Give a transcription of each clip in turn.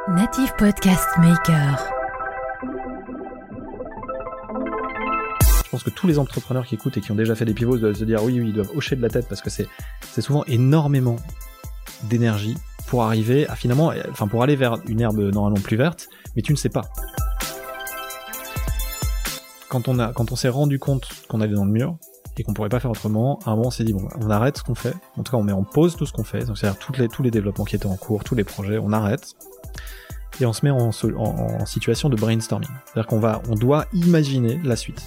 Native Podcast Maker. Je pense que tous les entrepreneurs qui écoutent et qui ont déjà fait des pivots doivent se dire oui, ils doivent hocher de la tête parce que c'est souvent énormément d'énergie pour arriver à finalement, pour aller vers une herbe normalement plus verte, mais tu ne sais pas. Quand on s'est rendu compte qu'on allait dans le mur et qu'on pourrait pas faire autrement, à un moment on s'est dit bon, on arrête ce qu'on fait. En tout cas, on met en pause tout ce qu'on fait. Donc c'est-à-dire tous les développements qui étaient en cours, tous les projets, on arrête et on se met en situation de brainstorming. C'est-à-dire on doit imaginer la suite.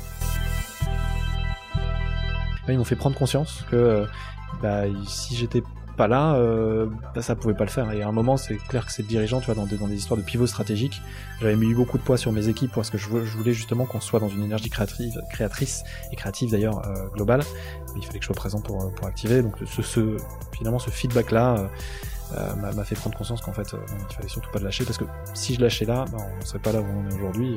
Là, ils m'ont fait prendre conscience que si j'étais pas là, ça pouvait pas le faire. Et à un moment, c'est clair que c'est dirigeant, tu vois, dans des histoires de pivot stratégique. J'avais mis beaucoup de poids sur mes équipes parce que je voulais justement qu'on soit dans une énergie créatrice et créative d'ailleurs globale. Mais il fallait que je sois présent pour activer. Donc finalement, ce feedback-là m'a fait prendre conscience qu'en fait, il fallait surtout pas le lâcher parce que si je lâchais là, on serait pas là où on est aujourd'hui.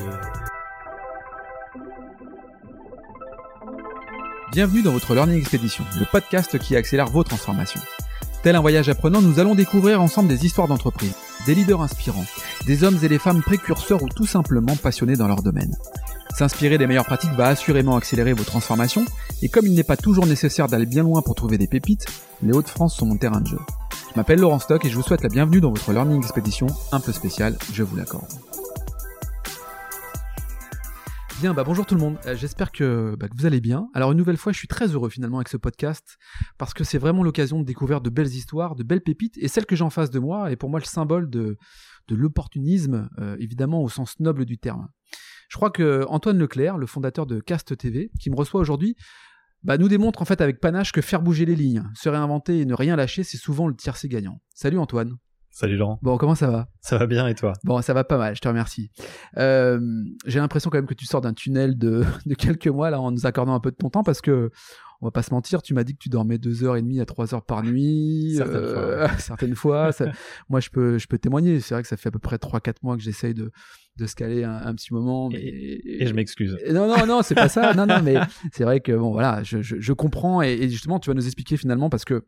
Bienvenue dans votre Learning Expedition, le podcast qui accélère vos transformations. Tel un voyage apprenant, nous allons découvrir ensemble des histoires d'entreprise, des leaders inspirants, des hommes et des femmes précurseurs ou tout simplement passionnés dans leur domaine. S'inspirer des meilleures pratiques va assurément accélérer vos transformations, et comme il n'est pas toujours nécessaire d'aller bien loin pour trouver des pépites, les Hauts-de-France sont mon terrain de jeu. Je m'appelle Laurent Stock et je vous souhaite la bienvenue dans votre Learning Expedition un peu spéciale, je vous l'accorde. Bien, bonjour tout le monde, j'espère que vous allez bien. Alors une nouvelle fois, je suis très heureux finalement avec ce podcast parce que c'est vraiment l'occasion de découvrir de belles histoires, de belles pépites et celle que j'ai en face de moi est pour moi le symbole de l'opportunisme, évidemment au sens noble du terme. Je crois que Antoine Leclerc, le fondateur de Cast TV, qui me reçoit aujourd'hui, nous démontre en fait avec panache que faire bouger les lignes, se réinventer et ne rien lâcher, c'est souvent le tiercé gagnant. Salut Antoine. Salut Laurent. Bon, comment ça va ? Ça va bien et toi ? Bon, ça va pas mal, je te remercie. J'ai l'impression quand même que tu sors d'un tunnel de quelques mois là en nous accordant un peu de ton temps parce que on va pas se mentir, tu m'as dit que tu dormais 2h30 à 3h par nuit. Certaines fois. Moi, je peux témoigner. C'est vrai que ça fait à peu près 3-4 mois que j'essaye de se caler un petit moment. Mais... Et je m'excuse. Non, c'est pas ça. Non, mais c'est vrai que bon, voilà, je comprends et justement, tu vas nous expliquer finalement parce que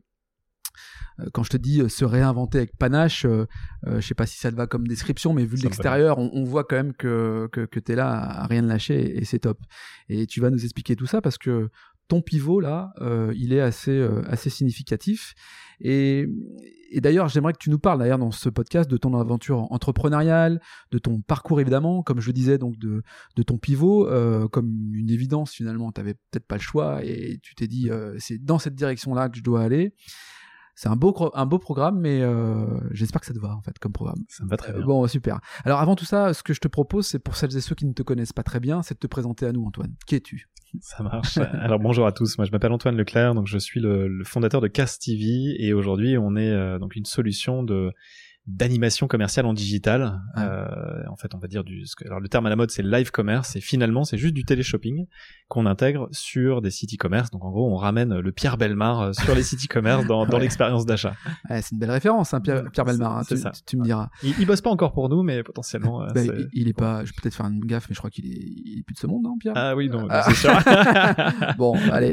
quand je te dis se réinventer avec panache, je sais pas si ça te va comme description, mais vu de l'extérieur, on voit quand même que t'es là à rien de lâcher et c'est top. Et tu vas nous expliquer tout ça parce que ton pivot là, il est assez significatif. Et d'ailleurs, j'aimerais que tu nous parles d'ailleurs dans ce podcast de ton aventure entrepreneuriale, de ton parcours évidemment, comme je le disais, donc de ton pivot, comme une évidence finalement. T'avais peut-être pas le choix et tu t'es dit c'est dans cette direction-là que je dois aller. C'est un beau programme, mais j'espère que ça te va en fait comme programme. Ça me va très bien. Bon, super. Alors avant tout ça, ce que je te propose, c'est pour celles et ceux qui ne te connaissent pas très bien, c'est de te présenter à nous, Antoine. Qui es-tu ? Ça marche. Alors bonjour à tous, moi je m'appelle Antoine Leclerc, donc je suis le fondateur de Cast TV et aujourd'hui on est donc une solution d'animation commerciale en digital. En fait, on va dire alors le terme à la mode c'est live commerce et finalement c'est juste du téléshopping qu'on intègre sur des sites e-commerce. Donc en gros, on ramène le Pierre Bellemare sur les sites e-commerce dans l'expérience d'achat. Ouais, c'est une belle référence, hein, Pierre Bellemare. Tu me diras. Il bosse pas encore pour nous, mais potentiellement. Il est pas. Je vais peut-être faire une gaffe, mais je crois qu'il est plus de ce monde, non, Pierre ? Ah oui, non, c'est sûr. Bon, allez.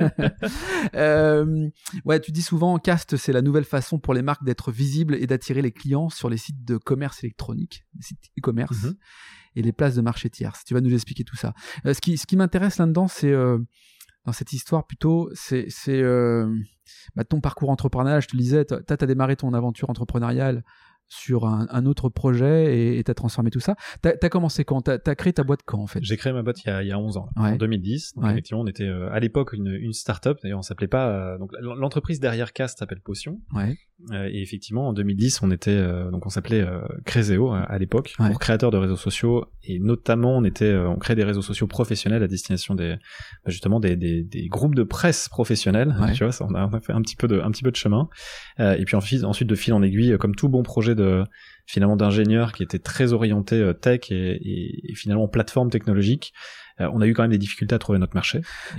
Ouais, tu dis souvent, Cast, c'est la nouvelle façon pour les marques d'être visibles et d'attirer les clients sur les sites de commerce électronique, les sites e-commerce et les places de marché tierces. Tu vas nous expliquer tout ça. Ce qui m'intéresse là-dedans, c'est dans cette histoire plutôt, c'est ton parcours entrepreneurial. Je te le disais, t'as démarré ton aventure entrepreneuriale sur un autre projet et t'as transformé tout ça. T'as commencé quand ? T'as créé ta boîte quand en fait ? J'ai créé ma boîte il y a 11 ans, en 2010. Donc effectivement, on était à l'époque une start-up. D'ailleurs, on s'appelait pas. Donc l'entreprise derrière Cast s'appelle Potion. Ouais. Et effectivement, en 2010, on était donc on s'appelait Créséo à l'époque, pour créateurs de réseaux sociaux et notamment on créait des réseaux sociaux professionnels à destination justement des groupes de presse professionnels. Tu vois, ça, on a fait un petit peu de chemin. Et puis ensuite de fil en aiguille, comme tout bon projet finalement d'ingénieurs qui était très orienté tech et finalement plateforme technologique, on a eu quand même des difficultés à trouver notre marché et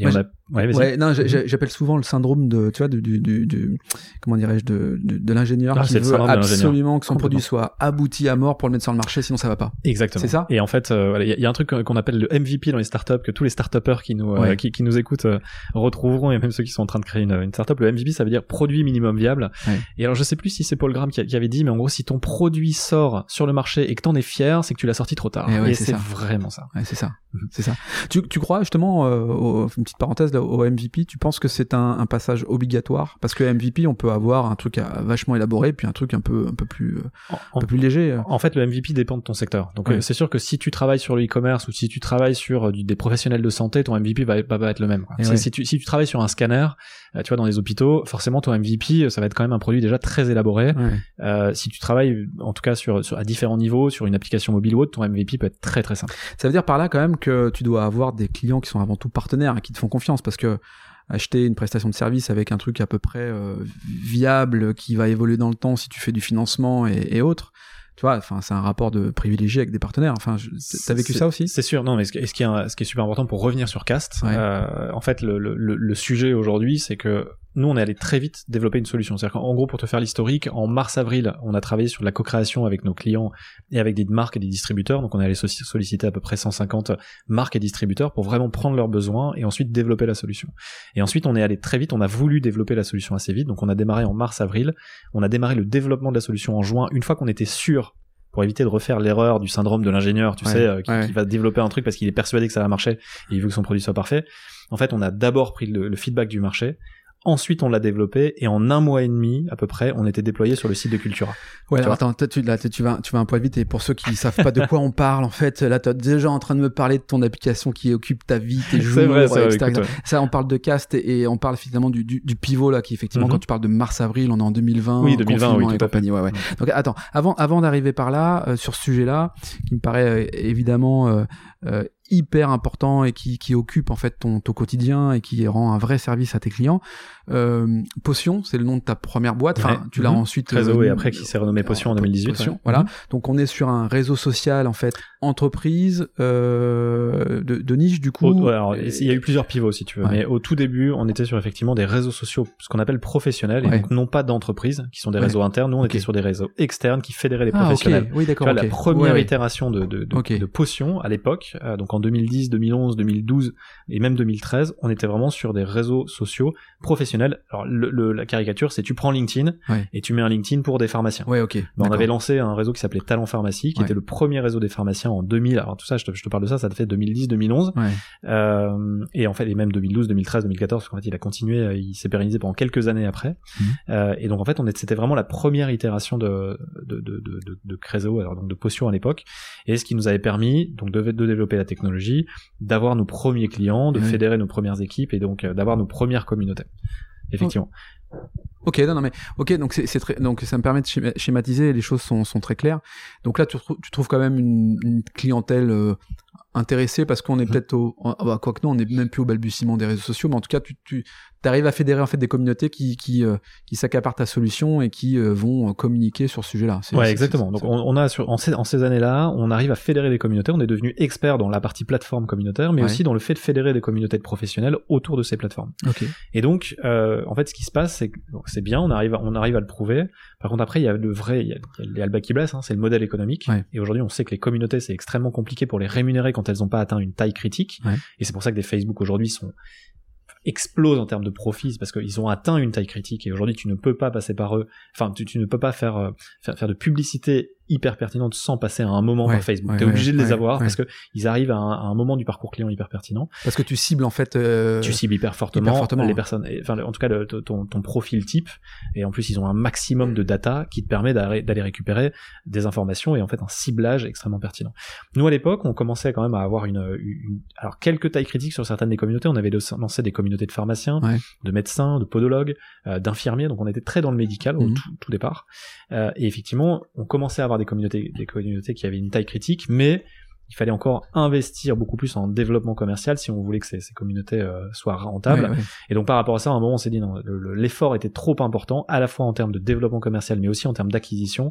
Ouais, vas-y. Ouais, non, j'appelle souvent le syndrome de, tu vois, du comment dirais-je, de l'ingénieur qui veut absolument que son produit soit abouti à mort pour le mettre sur le marché, sinon ça va pas. Exactement. C'est ça. Et en fait, il y a un truc qu'on appelle le MVP dans les startups, que tous les startuppers qui nous qui nous écoutent retrouveront, et même ceux qui sont en train de créer une startup. Le MVP, ça veut dire produit minimum viable. Ouais. Et alors, je sais plus si c'est Paul Graham qui avait dit, mais en gros, si ton produit sort sur le marché et que t'en es fier, c'est que tu l'as sorti trop tard. Et c'est vraiment ça. Ouais, c'est ça. C'est ça. Tu crois justement, une petite parenthèse là, au MVP, tu penses que c'est un passage obligatoire? Parce que MVP, on peut avoir un truc vachement élaboré, puis un truc un peu plus léger. En fait, le MVP dépend de ton secteur. Donc, c'est sûr que si tu travailles sur le e-commerce ou si tu travailles sur des professionnels de santé, ton MVP va être le même. Si tu travailles sur un scanner, tu vois, dans les hôpitaux, forcément, ton MVP, ça va être quand même un produit déjà très élaboré. Ouais. Si tu travailles, en tout cas, à différents niveaux, sur une application mobile ou autre, ton MVP peut être très très simple. Ça veut dire par là quand même que tu dois avoir des clients qui sont avant tout partenaires et qui te font confiance, parce que acheter une prestation de service avec un truc à peu près viable qui va évoluer dans le temps si tu fais du financement et autres, tu vois, enfin, c'est un rapport de privilégié avec des partenaires. Enfin, t'as vécu ça aussi? C'est sûr. Non, mais ce qui est super important pour revenir sur Cast, en fait, le sujet aujourd'hui, c'est que nous, on est allé très vite développer une solution. C'est-à-dire qu'en gros, pour te faire l'historique, en mars-avril, on a travaillé sur la co-création avec nos clients et avec des marques et des distributeurs. Donc, on est allé solliciter à peu près 150 marques et distributeurs pour vraiment prendre leurs besoins et ensuite développer la solution. Et ensuite, on est allé très vite. On a voulu développer la solution assez vite. Donc, on a démarré en mars-avril. On a démarré le développement de la solution en juin. Une fois qu'on était sûr, pour éviter de refaire l'erreur du syndrome de l'ingénieur, tu sais, qui va développer un truc parce qu'il est persuadé que ça va marcher et il veut que son produit soit parfait. En fait, on a d'abord pris le feedback du marché. Ensuite, on l'a développé et en 1 mois et demi, à peu près, on était déployé sur le site de Cultura. Ouais, alors attends, tu vas un poil vite, et pour ceux qui savent pas de quoi on parle, en fait, là, t'es déjà en train de me parler de ton application qui occupe ta vie, tes jours, etc. Ça, on parle de Cast et on parle finalement du pivot, là, qui effectivement, quand tu parles de mars-avril, on est en 2020. Oui, 2020, oui, et compagnie, ouais. Donc, attends, avant d'arriver par là, sur ce sujet-là, qui me paraît évidemment hyper important et qui occupe en fait ton quotidien et qui rend un vrai service à tes clients. Potion, c'est le nom de ta première boîte. Enfin, tu l'as ensuite Réseau et après qui s'est renommé Potion en 2018. Potion, voilà. Donc on est sur un réseau social en fait, entreprise de niche du coup. Alors il y a eu plusieurs pivots si tu veux, mais au tout début, on était sur effectivement des réseaux sociaux, ce qu'on appelle professionnels, et donc non pas d'entreprises, qui sont des réseaux internes. Nous on était sur des réseaux externes qui fédéraient les professionnels. Oui, d'accord. La première itération de Potion à l'époque, donc en 2010, 2011, 2012 et même 2013, on était vraiment sur des réseaux sociaux professionnels. Alors la caricature, c'est tu prends LinkedIn et tu mets un LinkedIn pour des pharmaciens. Ouais, ok. On avait lancé un réseau qui s'appelait Talent Pharmacie, qui était le premier réseau des pharmaciens en 2000. Alors tout ça, je te parle de ça fait 2010, 2011. Et en fait, et même 2012, 2013, 2014, parce qu'en fait, il a continué, il s'est pérennisé pendant quelques années après. Et donc en fait, c'était vraiment la première itération de Crezo, alors donc de Potion à l'époque, et ce qui nous avait permis donc de développer la technologie, d'avoir nos premiers clients, de fédérer nos premières équipes et donc d'avoir nos premières communautés. Effectivement. Ok, donc c'est très, donc ça me permet de schématiser, les choses sont très claires. Donc là, tu trouves quand même une clientèle intéressée, parce qu'on est peut-être quoique non, on est même plus au balbutiement des réseaux sociaux, mais en tout cas, tu arrives à fédérer en fait des communautés qui s'accaparent ta solution et qui vont communiquer sur ce sujet-là. Exactement. Donc on a en ces années-là, on arrive à fédérer des communautés. On est devenu expert dans la partie plateforme communautaire, mais aussi dans le fait de fédérer des communautés de professionnels autour de ces plateformes. Et donc en fait, ce qui se passe, c'est que c'est bien, on arrive à le prouver. Par contre, après, il y a il y a le bas qui blesse, c'est le modèle économique. Et aujourd'hui, on sait que les communautés, c'est extrêmement compliqué pour les rémunérer quand elles n'ont pas atteint une taille critique. Et c'est pour ça que des Facebook aujourd'hui explosent en termes de profits, parce qu'ils ont atteint une taille critique, et aujourd'hui tu ne peux pas passer par eux, enfin tu ne peux pas faire de publicité hyper pertinente sans passer à un moment par Facebook. T'es obligé de les avoir parce que ils arrivent à un moment du parcours client hyper pertinent. Parce que tu cibles en fait. Tu cibles hyper fortement les personnes. Enfin, en tout cas, ton profil type. Et en plus, ils ont un maximum de data qui te permet d'aller récupérer des informations et en fait un ciblage extrêmement pertinent. Nous, à l'époque, on commençait quand même à avoir alors quelques tailles critiques sur certaines des communautés. On avait lancé des communautés de pharmaciens, de médecins, de podologues, d'infirmiers. Donc, on était très dans le médical au tout départ. Et effectivement, on commençait à avoir des communautés qui avaient une taille critique, mais il fallait encore investir beaucoup plus en développement commercial si on voulait que ces communautés soient rentables. Et donc par rapport à ça, à un moment on s'est dit non, l'effort était trop important, à la fois en termes de développement commercial, mais aussi en termes d'acquisition.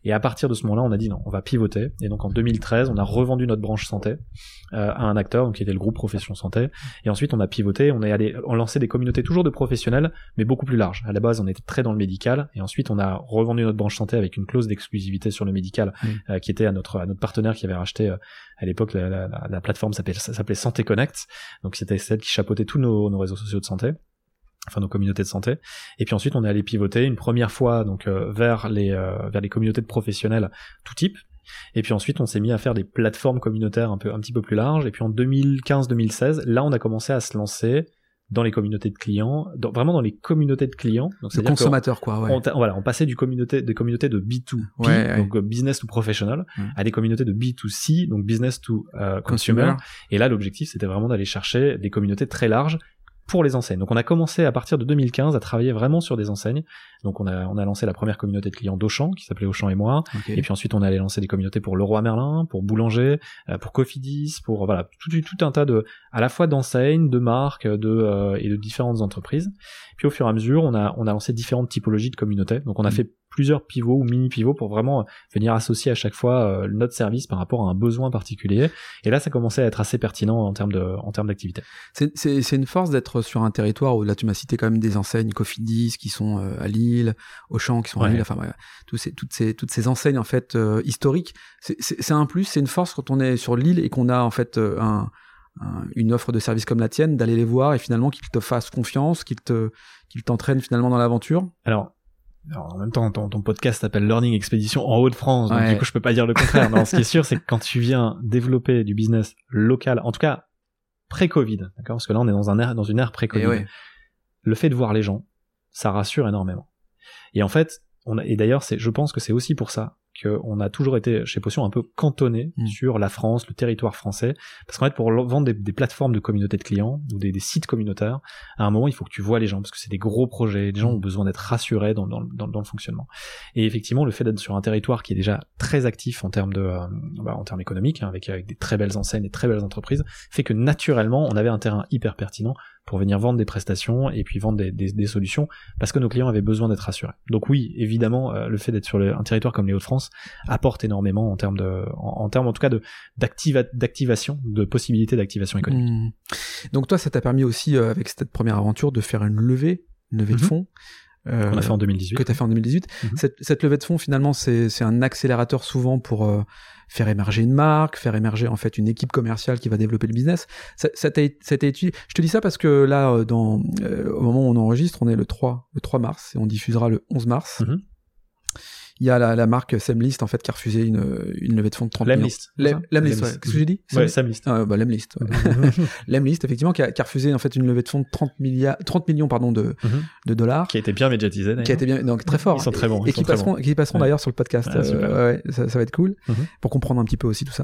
Et à partir de ce moment-là, on a dit non, on va pivoter. Et donc en 2013, on a revendu notre branche santé à un acteur, donc qui était le groupe Profession Santé. Et ensuite, on a pivoté, on lançait des communautés toujours de professionnels, mais beaucoup plus larges. À la base, on était très dans le médical, et ensuite, on a revendu notre branche santé avec une clause d'exclusivité sur le médical, qui était à notre partenaire qui avait racheté à l'époque la plateforme s'appelait Santé Connect. Donc c'était celle qui chapeautait tous nos réseaux sociaux de santé. Enfin nos communautés de santé. Et puis ensuite on est allé pivoter une première fois donc vers les communautés de professionnels tout type. Et puis ensuite on s'est mis à faire des plateformes communautaires un petit peu plus larges. Et puis en 2015-2016, là on a commencé à se lancer dans les communautés de clients, vraiment dans les communautés de clients. Donc de consommateurs quoi. Ouais. On passait des communautés de B2B, donc business to professional, à des communautés de B2C, donc business to consumer. Et là l'objectif c'était vraiment d'aller chercher des communautés très larges pour les enseignes. Donc on a commencé à partir de 2015 à travailler vraiment sur des enseignes. Donc on a lancé la première communauté de clients d'Auchan qui s'appelait Auchan et moi. Okay. Et puis ensuite on est allé lancer des communautés pour Leroy Merlin, pour Boulanger, pour Cofidis, pour voilà tout un tas de à la fois d'enseignes, de marques, et de différentes entreprises. Puis au fur et à mesure on a lancé différentes typologies de communautés. Donc on a fait plusieurs pivots ou mini pivots pour vraiment venir associer à chaque fois notre service par rapport à un besoin particulier. Et là, ça commençait à être assez pertinent en termes d'activité. C'est une force d'être sur un territoire où là, tu m'as cité quand même des enseignes Cofidis qui sont à Lille, Auchan qui sont à Lille, enfin voilà, toutes ces enseignes en fait historiques. C'est un plus, c'est une force quand on est sur l'île et qu'on a en fait une offre de service comme la tienne, d'aller les voir et finalement qu'ils te fassent confiance, qu'ils t'entraînent finalement dans l'aventure. Alors en même temps, ton podcast s'appelle Learning Expédition en Hauts-de-France, donc du coup, je peux pas dire le contraire. Non, ce qui est sûr, c'est que quand tu viens développer du business local, en tout cas pré-Covid, d'accord, parce que là, on est dans une ère pré-Covid. Le fait de voir les gens, ça rassure énormément. Et en fait, et d'ailleurs, je pense que c'est aussi pour ça qu'on a toujours été chez Potion un peu cantonné sur la France, le territoire français, parce qu'en fait pour vendre des plateformes de communauté de clients ou des sites communautaires, à un moment il faut que tu vois les gens parce que c'est des gros projets, les gens ont besoin d'être rassurés dans le fonctionnement. Et effectivement le fait d'être sur un territoire qui est déjà très actif en termes économiques, avec des très belles enseignes, des très belles entreprises, fait que naturellement on avait un terrain hyper pertinent pour venir vendre des prestations et puis vendre des solutions parce que nos clients avaient besoin d'être rassurés. Donc oui, évidemment, le fait d'être sur un territoire comme les Hauts-de-France apporte énormément en termes en tout cas d'activation, de possibilités d'activation économique. Donc toi, ça t'a permis aussi avec cette première aventure de faire une levée de fonds. Qu'on a fait en 2018. Que t'as fait en 2018. Cette levée de fonds, finalement, c'est un accélérateur souvent pour faire émerger une marque, faire émerger en fait une équipe commerciale qui va développer le business. Ça t'a été utile. Je te dis ça parce que là, au moment où on enregistre, on est le 3 mars et on diffusera le 11 mars. Il y a la marque Semlist en fait qui a refusé une levée de fonds de 30 millions. Lemlist, ouais. Qu'est-ce que j'ai dit? Ouais, Semlist. Lemlist. Lemlist, effectivement, qui a refusé en fait une levée de fonds de 30 millions de dollars. Qui a été bien médiatisé d'ailleurs. Qui a été bien, donc très fort. Ils sont très bons. Et qui passeront d'ailleurs sur le podcast. Ça va être cool pour comprendre un petit peu aussi tout ça.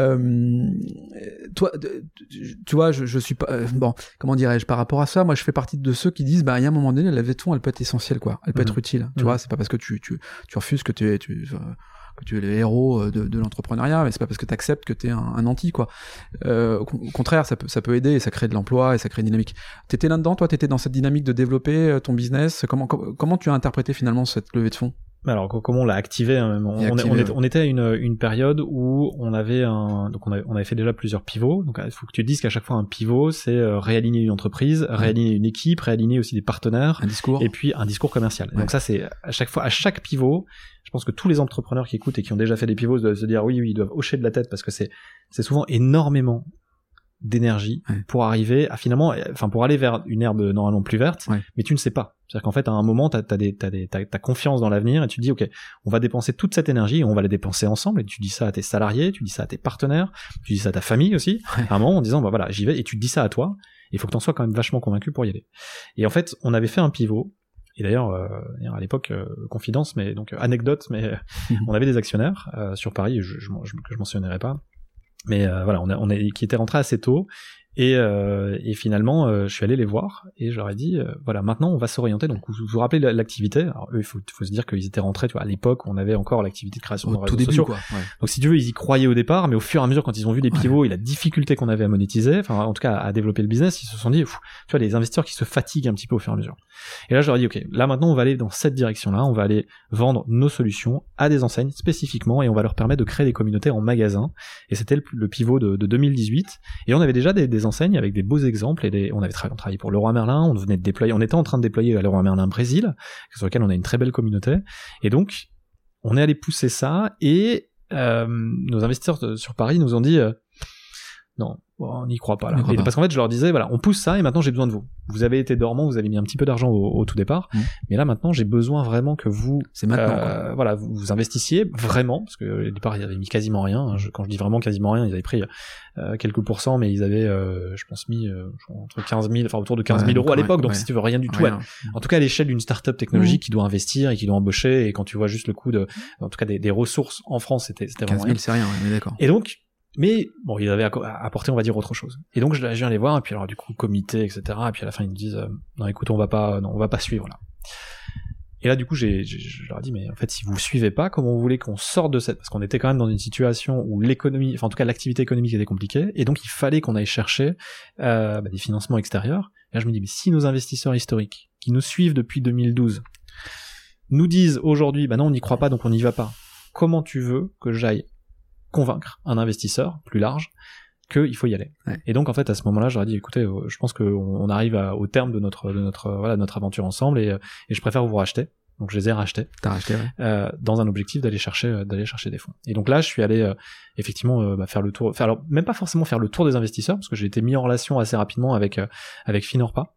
Toi, tu vois, je suis pas bon. Comment dirais-je par rapport à ça? Moi, je fais partie de ceux qui disent, il y a un moment donné, la levée de fonds, elle peut être essentielle, quoi. Elle peut être utile. Tu vois, c'est pas parce que tu refuses que tu es le héros de l'entrepreneuriat, mais c'est pas parce que tu acceptes que tu es un anti, quoi. Au contraire, ça peut aider et ça crée de l'emploi et ça crée une dynamique. T'étais là-dedans, toi, t'étais dans cette dynamique de développer ton business. Comment tu as interprété finalement cette levée de fonds? Alors comment on l'a activé, hein, on était à une période où on avait fait déjà plusieurs pivots. Donc il faut que tu te dises qu'à chaque fois un pivot c'est réaligner une entreprise, réaligner une équipe, réaligner aussi des partenaires, un discours et puis un discours commercial. Donc ça c'est à chaque pivot. Je pense que tous les entrepreneurs qui écoutent et qui ont déjà fait des pivots doivent se dire oui, ils doivent hocher de la tête parce que c'est souvent énormément d'énergie pour arriver à pour aller vers une herbe normalement plus verte, mais tu ne sais pas. C'est-à-dire qu'en fait, à un moment, t'as confiance dans l'avenir et tu te dis, ok, on va dépenser toute cette énergie et on va la dépenser ensemble. Et tu dis ça à tes salariés, tu dis ça à tes partenaires, tu dis ça à ta famille aussi. À un moment, en disant, voilà, j'y vais, et tu te dis ça à toi. Il faut que t'en sois quand même vachement convaincu pour y aller. Et en fait, on avait fait un pivot. Et d'ailleurs, à l'époque, confidence, mais donc anecdote, mais on avait des actionnaires sur Paris, que je mentionnerai pas. Mais voilà, qui était rentré assez tôt Et finalement, je suis allé les voir et je leur ai dit, voilà, maintenant on va s'orienter. Donc, vous vous rappelez l'activité. Alors, eux, il faut se dire qu'ils étaient rentrés, tu vois, à l'époque où on avait encore l'activité de création de réseaux sociaux. Quoi, ouais. Donc, si tu veux, ils y croyaient au départ, mais au fur et à mesure, quand ils ont vu les pivots et la difficulté qu'on avait à monétiser, enfin, en tout cas, à développer le business, ils se sont dit, tu vois, les investisseurs qui se fatiguent un petit peu au fur et à mesure. Et là, je leur ai dit, ok, là maintenant, on va aller dans cette direction-là. On va aller vendre nos solutions à des enseignes spécifiquement et on va leur permettre de créer des communautés en magasin. Et c'était le pivot de 2018. Et on avait déjà des enseignes avec des beaux exemples et on travaillé pour Leroy Merlin, on était en train de déployer à Leroy Merlin Brésil, sur lequel on a une très belle communauté. Et donc, on est allé pousser ça et nos investisseurs sur Paris nous ont dit non, on n'y croit pas là. Parce qu'en fait, je leur disais, voilà, on pousse ça et maintenant j'ai besoin de vous. Vous avez été dormant, vous avez mis un petit peu d'argent au tout départ, mais là maintenant j'ai besoin vraiment que vous, c'est maintenant, voilà, vous investissiez vraiment, parce que au départ ils avaient mis quasiment rien. Hein. Quand je dis vraiment quasiment rien, ils avaient pris quelques pourcents, mais ils avaient, je pense, mis entre 15 000, enfin autour de 15 000 euros à l'époque. Donc si tu veux rien du tout, en tout cas à l'échelle d'une startup technologique qui doit investir et qui doit embaucher, et quand tu vois juste le coût en tout cas des ressources en France, c'était vraiment 15 000, c'est rien, on est d'accord. Et donc mais bon, ils avaient apporté, on va dire, autre chose. Et donc je viens les voir, et puis alors du coup comité, etc. Et puis à la fin ils me disent non, écoute, on va pas suivre là. Et là du coup je leur ai dit, mais en fait si vous suivez pas, comment vous voulez qu'on sorte de parce qu'on était quand même dans une situation où l'économie, enfin en tout cas l'activité économique était compliquée, et donc il fallait qu'on aille chercher des financements extérieurs. Et là je me dis, mais si nos investisseurs historiques qui nous suivent depuis 2012 nous disent aujourd'hui, bah non, on n'y croit pas, donc on n'y va pas, comment tu veux que j'aille convaincre un investisseur plus large qu'il faut y aller. Et donc en fait à ce moment-là, j'aurais dit, écoutez, je pense qu'on arrive au terme de notre aventure ensemble, et je préfère vous racheter. Donc je les ai rachetés. T'as racheté, ouais. Dans un objectif d'aller chercher des fonds. Et donc là, je suis allé effectivement faire le tour. Alors même pas forcément faire le tour des investisseurs, parce que j'ai été mis en relation assez rapidement avec Finorpa.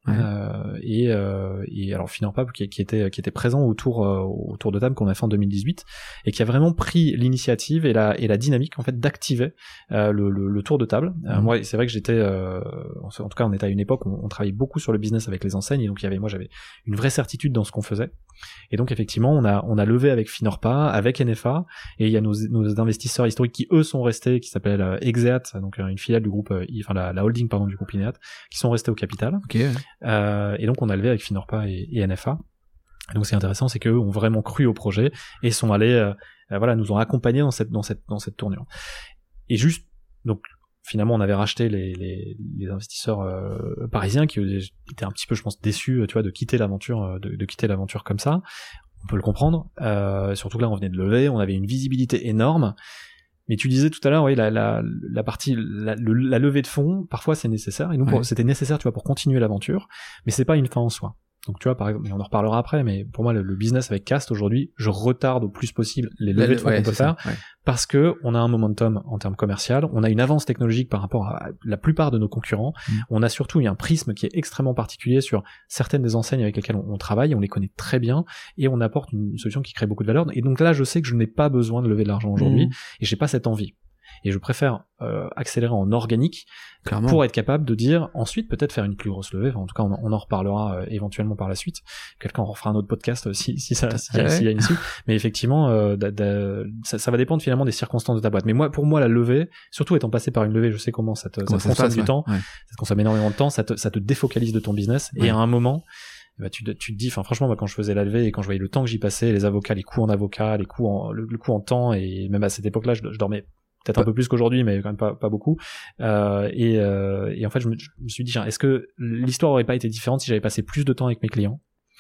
Et alors Finorpa qui était présent autour de table qu'on a fait en 2018 et qui a vraiment pris l'initiative et la dynamique en fait d'activer le tour de table. Moi, c'est vrai que j'étais en tout cas on était à une époque où on travaillait beaucoup sur le business avec les enseignes, et donc j'avais une vraie certitude dans ce qu'on faisait. Et donc effectivement, on a levé avec Finorpa, avec NFA, et il y a nos investisseurs historiques qui eux sont restés, qui s'appellent Exeat, donc une filiale du groupe, la holding du groupe Ineat, qui sont restés au capital. Okay. Et donc on a levé avec Finorpa et NFA. Et donc c'est intéressant, c'est qu'eux ont vraiment cru au projet et sont allés, nous ont accompagnés dans cette tournure. Et juste, donc finalement, on avait racheté les investisseurs parisiens qui étaient un petit peu, je pense, déçus, tu vois, de quitter l'aventure, de quitter l'aventure comme ça. On peut le comprendre. Surtout que là, on venait de lever, on avait une visibilité énorme. Mais tu disais tout à l'heure, oui, la partie, la levée de fonds, parfois c'est nécessaire. Et nous, c'était nécessaire, tu vois, pour continuer l'aventure. Mais c'est pas une fin en soi. Donc tu vois, par exemple, on en reparlera après, mais pour moi le business avec Cast aujourd'hui, je retarde au plus possible les levées de fonds qu'on peut faire, parce que on a un momentum en termes commercial, on a une avance technologique par rapport à la plupart de nos concurrents, on a surtout un prisme qui est extrêmement particulier sur certaines des enseignes avec lesquelles on travaille, on les connaît très bien, et on apporte une solution qui crée beaucoup de valeur, et donc là je sais que je n'ai pas besoin de lever de l'argent aujourd'hui, et j'ai pas cette envie. Et je préfère accélérer en organique. Clairement. Pour être capable de dire ensuite peut-être faire une plus grosse levée. Enfin, en tout cas on en reparlera éventuellement par la suite. Quelqu'un en refera un autre podcast s'il y a une issue. Mais effectivement ça va dépendre finalement des circonstances de ta boîte. Mais pour moi la levée, surtout étant passé par une levée, je sais comment ça consomme du temps, ça consomme énormément de temps, ça te défocalise de ton business, et à un moment tu te dis, enfin franchement, moi quand je faisais la levée et quand je voyais le temps que j'y passais, les avocats, les coûts en avocat, le coût en temps, et même à cette époque-là je dormais peut-être un peu plus qu'aujourd'hui, mais quand même pas beaucoup. Et en fait, je me suis dit, est-ce que l'histoire aurait pas été différente si j'avais passé plus de temps avec mes clients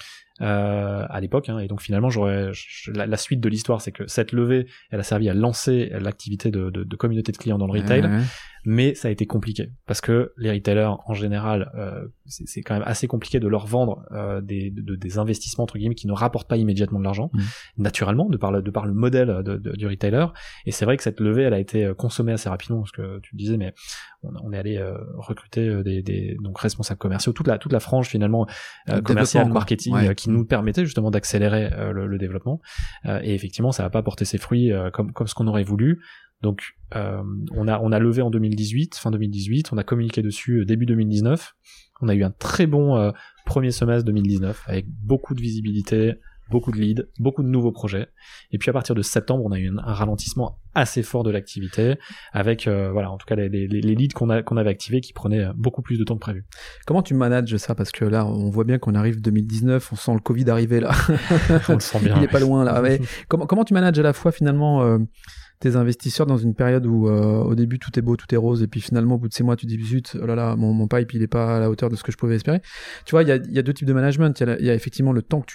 à l'époque, et donc finalement la suite de l'histoire, c'est que cette levée, elle a servi à lancer l'activité de communauté de clients dans le retail, mais ça a été compliqué parce que les retailers en général, c'est quand même assez compliqué de leur vendre des investissements entre guillemets qui ne rapportent pas immédiatement de l'argent, naturellement de par le modèle du retailer. Et c'est vrai que cette levée, elle a été consommée assez rapidement, parce que tu disais, mais on est allé recruter des donc responsables commerciaux, toute la frange finalement commerciale, marketing, qui nous permettait justement d'accélérer le développement. Et effectivement, ça n'a pas porté ses fruits comme ce qu'on aurait voulu. Donc on a levé en 2018, fin 2018, on a communiqué dessus début 2019. On a eu un très bon premier semestre 2019 avec beaucoup de visibilité, beaucoup de leads, beaucoup de nouveaux projets. Et puis à partir de septembre, on a eu un ralentissement assez fort de l'activité, avec en tout cas les leads qu'on avait activés qui prenaient beaucoup plus de temps que prévu. Comment tu manages ça? Parce que là, on voit bien qu'on arrive 2019, on sent le Covid arriver là. On le sent bien. Il est pas loin là. Mais comment tu manages à la fois finalement tes investisseurs dans une période où au début tout est beau, tout est rose, et puis finalement au bout de 6 mois tu dis zut, oh là là, mon pipe il est pas à la hauteur de ce que je pouvais espérer. Tu vois, il y a deux types de management. Il y a effectivement le temps que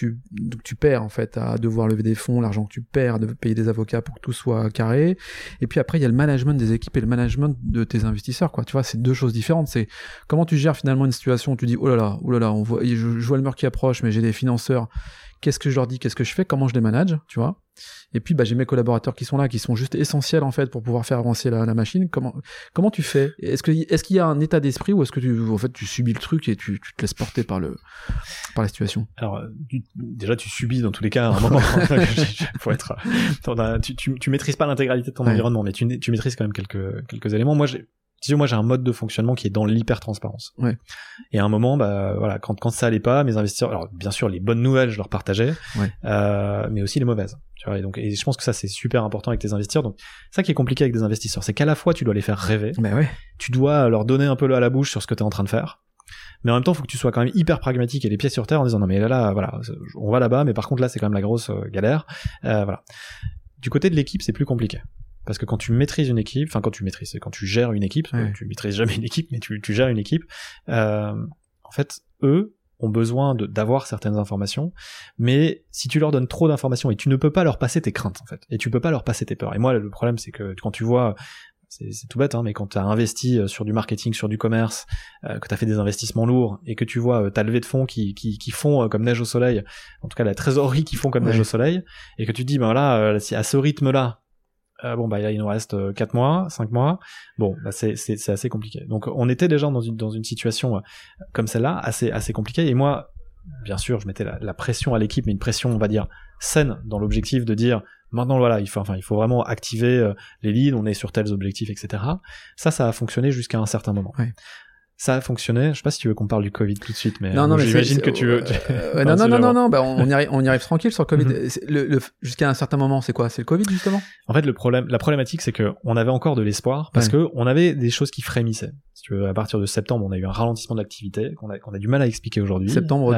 tu perds en fait à devoir lever des fonds, l'argent que tu perds, de payer des avocats pour que tout soit carré. Et puis après il y a le management des équipes et le management de tes investisseurs, quoi. Tu vois, c'est deux choses différentes. C'est comment tu gères finalement une situation où tu dis oh là là, je vois le mur qui approche, mais j'ai des financeurs. Qu'est-ce que je leur dis, qu'est-ce que je fais, comment je les manage, tu vois. Et puis j'ai mes collaborateurs qui sont là, qui sont juste essentiels en fait pour pouvoir faire avancer la machine. Comment tu fais? Est-ce qu'il y a un état d'esprit, ou est-ce que tu subis le truc et tu te laisses porter par la situation? Alors déjà tu subis dans tous les cas à un moment. Faut être tu maîtrises pas l'intégralité de ton environnement, mais tu maîtrises quand même quelques éléments. Moi j'ai un mode de fonctionnement qui est dans l'hyper-transparence. Ouais. Et à un moment, quand ça allait pas, mes investisseurs, alors bien sûr les bonnes nouvelles, je leur partageais, mais aussi les mauvaises. Tu vois, et je pense que ça c'est super important avec tes investisseurs. Donc ça qui est compliqué avec des investisseurs, c'est qu'à la fois tu dois les faire rêver, tu dois leur donner un peu l'eau à la bouche sur ce que t'es en train de faire, mais en même temps faut que tu sois quand même hyper pragmatique et les pieds sur terre en disant non mais là voilà, on va là-bas, mais par contre là c'est quand même la grosse galère. Voilà. Du côté de l'équipe c'est plus compliqué. Parce que quand tu maîtrises une équipe, quand tu gères une équipe, tu maîtrises jamais une équipe, mais tu gères une équipe, en fait, eux ont besoin d'avoir certaines informations, mais si tu leur donnes trop d'informations, et tu ne peux pas leur passer tes craintes, en fait, et tu peux pas leur passer tes peurs. Et moi, le problème, c'est que quand tu vois, c'est tout bête, hein, mais quand tu as investi sur du marketing, sur du commerce, que tu as fait des investissements lourds, et que tu vois ta levée de fonds qui font comme neige au soleil, en tout cas la trésorerie qui font comme neige au soleil, et que tu te dis, si à ce rythme-là, là, il nous reste 4 mois, 5 mois. C'est assez compliqué. Donc, on était déjà dans une situation comme celle-là, assez compliquée. Et moi, bien sûr, je mettais la pression à l'équipe, mais une pression, on va dire, saine, dans l'objectif de dire, maintenant, voilà, il faut vraiment activer les leads, on est sur tels objectifs, etc. Ça a fonctionné jusqu'à un certain moment. Ouais. Ça a fonctionné. Je sais pas si tu veux qu'on parle du Covid tout de suite, mais j'imagine que tu veux. Non. On y arrive tranquille sur le Covid. Jusqu'à un certain moment, c'est quoi? C'est le Covid justement? En fait, la problématique, c'est que on avait encore de l'espoir parce que on avait des choses qui frémissaient. Si tu veux, à partir de septembre, on a eu un ralentissement de l'activité qu'on a du mal à expliquer aujourd'hui. Septembre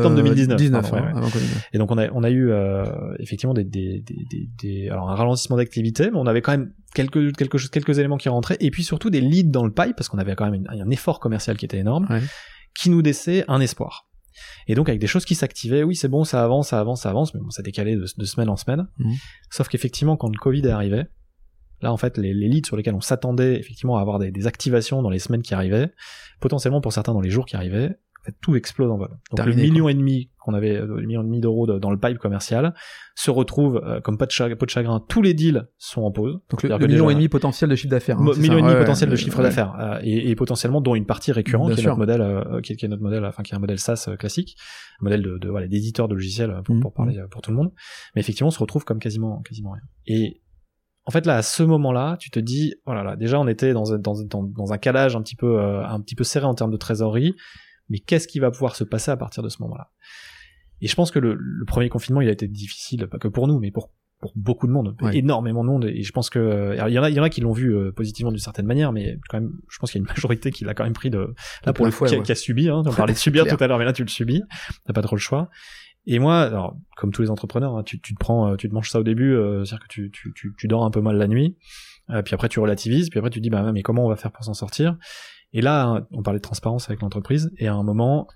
2019. Et donc on a eu effectivement alors un ralentissement d'activité, mais on avait quand même quelques éléments qui rentraient, et puis surtout des leads dans le pipe, parce qu'on avait quand même un effort commercial qui était énorme, qui nous laissait un espoir. Et donc avec des choses qui s'activaient, oui c'est bon, ça avance, mais bon, ça décalait de semaine en semaine. Sauf qu'effectivement quand le Covid est arrivé, là en fait les leads sur lesquels on s'attendait effectivement à avoir des activations dans les semaines qui arrivaient, potentiellement pour certains dans les jours qui arrivaient, en fait, tout explose en vol. Donc le million et demi qu'on avait, le million et demi d'euros dans le pipe commercial se retrouve comme peau de chagrin, tous les deals sont en pause. Donc le million et demi potentiel de chiffre d'affaires. Million et demi potentiel de chiffre d'affaires et potentiellement dont une partie récurrente qui est notre modèle, qui est notre modèle, qui est un modèle SaaS classique, un modèle d'éditeur de logiciels pour parler pour tout le monde. Mais effectivement, on se retrouve comme quasiment rien. Et en fait, là, à ce moment-là, tu te dis, oh là là, déjà, on était dans un calage un petit peu serré en termes de trésorerie, mais qu'est-ce qui va pouvoir se passer à partir de ce moment-là? Et je pense que le premier confinement, il a été difficile, pas que pour nous, mais pour beaucoup de monde, énormément de monde, et je pense que, il y en a qui l'ont vu positivement d'une certaine manière, mais quand même, je pense qu'il y a une majorité qui l'a quand même pris pour le coup, qui a subi, hein, on parlait de subir tout à l'heure, mais là, tu le subis, t'as pas trop le choix. Et moi, alors, comme tous les entrepreneurs, hein, tu te manges ça au début, c'est-à-dire que tu dors un peu mal la nuit, puis après tu relativises, puis après tu te dis, mais comment on va faire pour s'en sortir? Et là, on parlait de transparence avec l'entreprise, et à un moment,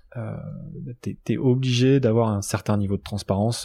t'es obligé d'avoir un certain niveau de transparence,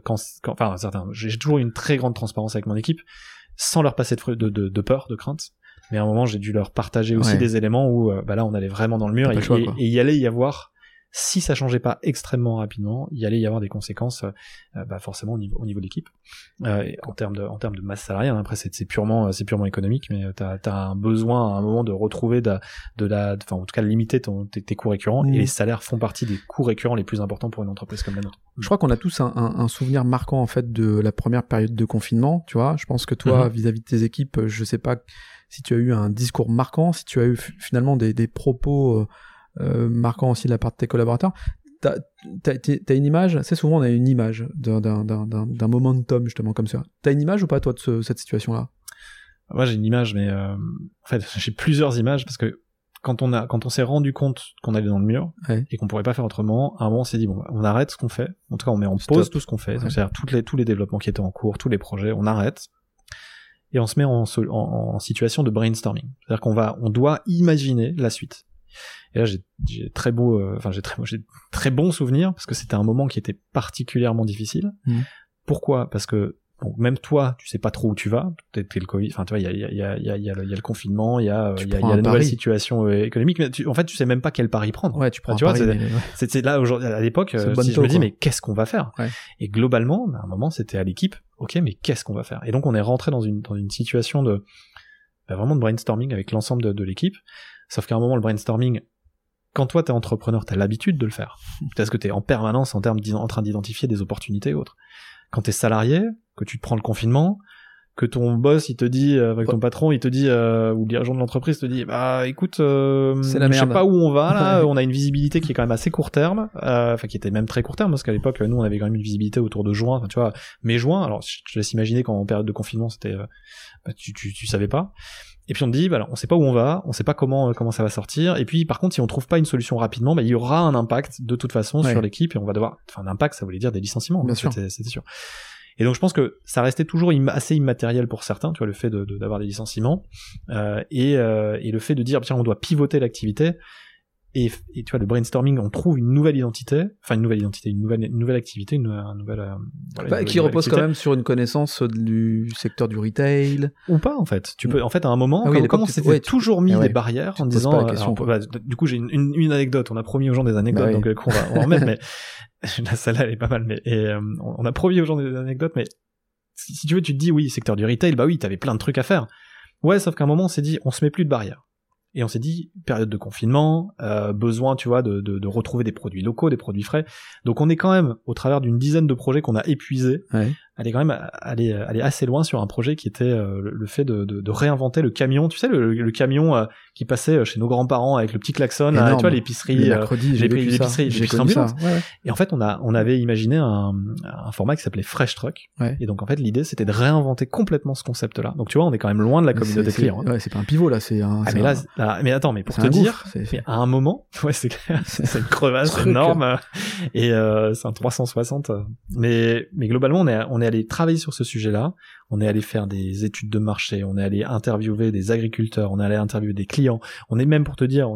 j'ai toujours eu une très grande transparence avec mon équipe, sans leur passer de peur, de crainte, mais à un moment, j'ai dû leur partager aussi des éléments où, là, on allait vraiment dans le mur, et il y allait y avoir, si ça changeait pas extrêmement rapidement, il y allait y avoir des conséquences, forcément au niveau de l'équipe, en termes de masse salariale. Après, c'est purement économique, mais t'as un besoin à un moment de retrouver en tout cas de limiter tes coûts récurrents, et les salaires font partie des coûts récurrents les plus importants pour une entreprise comme la nôtre. Je crois qu'on a tous un souvenir marquant en fait de la première période de confinement, tu vois. Je pense que toi, vis-à-vis de tes équipes, je sais pas si tu as eu un discours marquant, si tu as eu finalement des propos marquant aussi de la part de tes collaborateurs. t'as une image, c'est souvent on a une image d'un momentum justement comme ça. T'as une image ou pas toi de cette situation-là? Moi j'ai une image, mais en fait j'ai plusieurs images parce que quand on s'est rendu compte qu'on allait dans le mur et qu'on pourrait pas faire autrement, à un moment on s'est dit bon, on arrête ce qu'on fait. En tout cas on met en pause tout ce qu'on fait, c'est-à-dire tous les développements qui étaient en cours, tous les projets, on arrête. Et on se met en situation de brainstorming. C'est-à-dire on doit imaginer la suite. Et là, j'ai très bons souvenirs parce que c'était un moment qui était particulièrement difficile. Pourquoi? Parce que bon, même toi, tu sais pas trop où tu vas. T'es le Covid. Enfin, tu vois, il y a le confinement, il y a la nouvelle situation économique. Mais en fait, tu sais même pas quel pari prendre. Ouais, tu prends un pari. C'est là aujourd'hui, à l'époque, si je me dis mais qu'est-ce qu'on va faire? Et globalement, à un moment, c'était à l'équipe. Ok, mais qu'est-ce qu'on va faire? Et donc, on est rentré dans une situation de vraiment de brainstorming avec l'ensemble de l'équipe. Sauf qu'à un moment, le brainstorming, quand toi t'es entrepreneur, t'as l'habitude de le faire. Parce que t'es en permanence en train d'identifier des opportunités et autres. Quand t'es salarié, que tu te prends le confinement, que ton boss il te dit, avec ton patron il te dit, ou le dirigeant de l'entreprise te dit, bah écoute, c'est la merde. Je sais pas où on va là, on a une visibilité qui est quand même assez court terme, enfin qui était même très court terme parce qu'à l'époque nous on avait quand même une visibilité autour de juin, enfin tu vois, mai-juin. Alors je te laisse imaginer quand en période de confinement c'était, tu savais pas. Et puis on te dit, bah, on sait pas où on va, on sait pas comment ça va sortir. Et puis par contre, si on trouve pas une solution rapidement, bah, il y aura un impact de toute façon sur l'équipe et on va devoir. Enfin, un impact, ça voulait dire des licenciements. Bien sûr. C'était sûr. Et donc je pense que ça restait toujours assez immatériel pour certains, tu vois, le fait d'avoir des licenciements et le fait de dire tiens on doit pivoter l'activité. Et tu vois, le brainstorming, on trouve une nouvelle identité, une nouvelle activité, qui repose quand même sur une connaissance du secteur du retail. Ou pas, en fait. Tu peux, en fait, à un moment, comme on s'était toujours mis des barrières en disant, la question, du coup, j'ai une anecdote, on a promis aux gens des anecdotes, donc on va en remettre, mais, celle-là, elle est pas mal, mais, on a promis aux gens des anecdotes, mais, si tu veux, tu te dis, oui, secteur du retail, bah oui, t'avais plein de trucs à faire. Ouais, sauf qu'à un moment, on s'est dit, on se met plus de barrières. Et on s'est dit, période de confinement, besoin, tu vois, de retrouver des produits locaux, des produits frais. Donc on est quand même, au travers d'une dizaine de projets qu'on a épuisés, aller quand même aller assez loin sur un projet qui était le fait de réinventer le camion. Tu sais, le camion qui passait chez nos grands-parents avec le petit klaxon, tu vois, l'épicerie, l'épicerie ambulante. Et en fait, on avait imaginé un format qui s'appelait Fresh Truck. Et donc en fait, l'idée, c'était de réinventer complètement ce concept-là. Donc tu vois, on est quand même loin de la communauté client. Ouais, c'est pas un pivot là, c'est un. Mais attends, mais pour te dire, à un moment, c'est clair, c'est une crevasse énorme et c'est un 360. Mais globalement, on est allé travailler sur ce sujet-là. On est allé faire des études de marché. On est allé interviewer des agriculteurs. On est allé interviewer des clients. On est même, pour te dire, on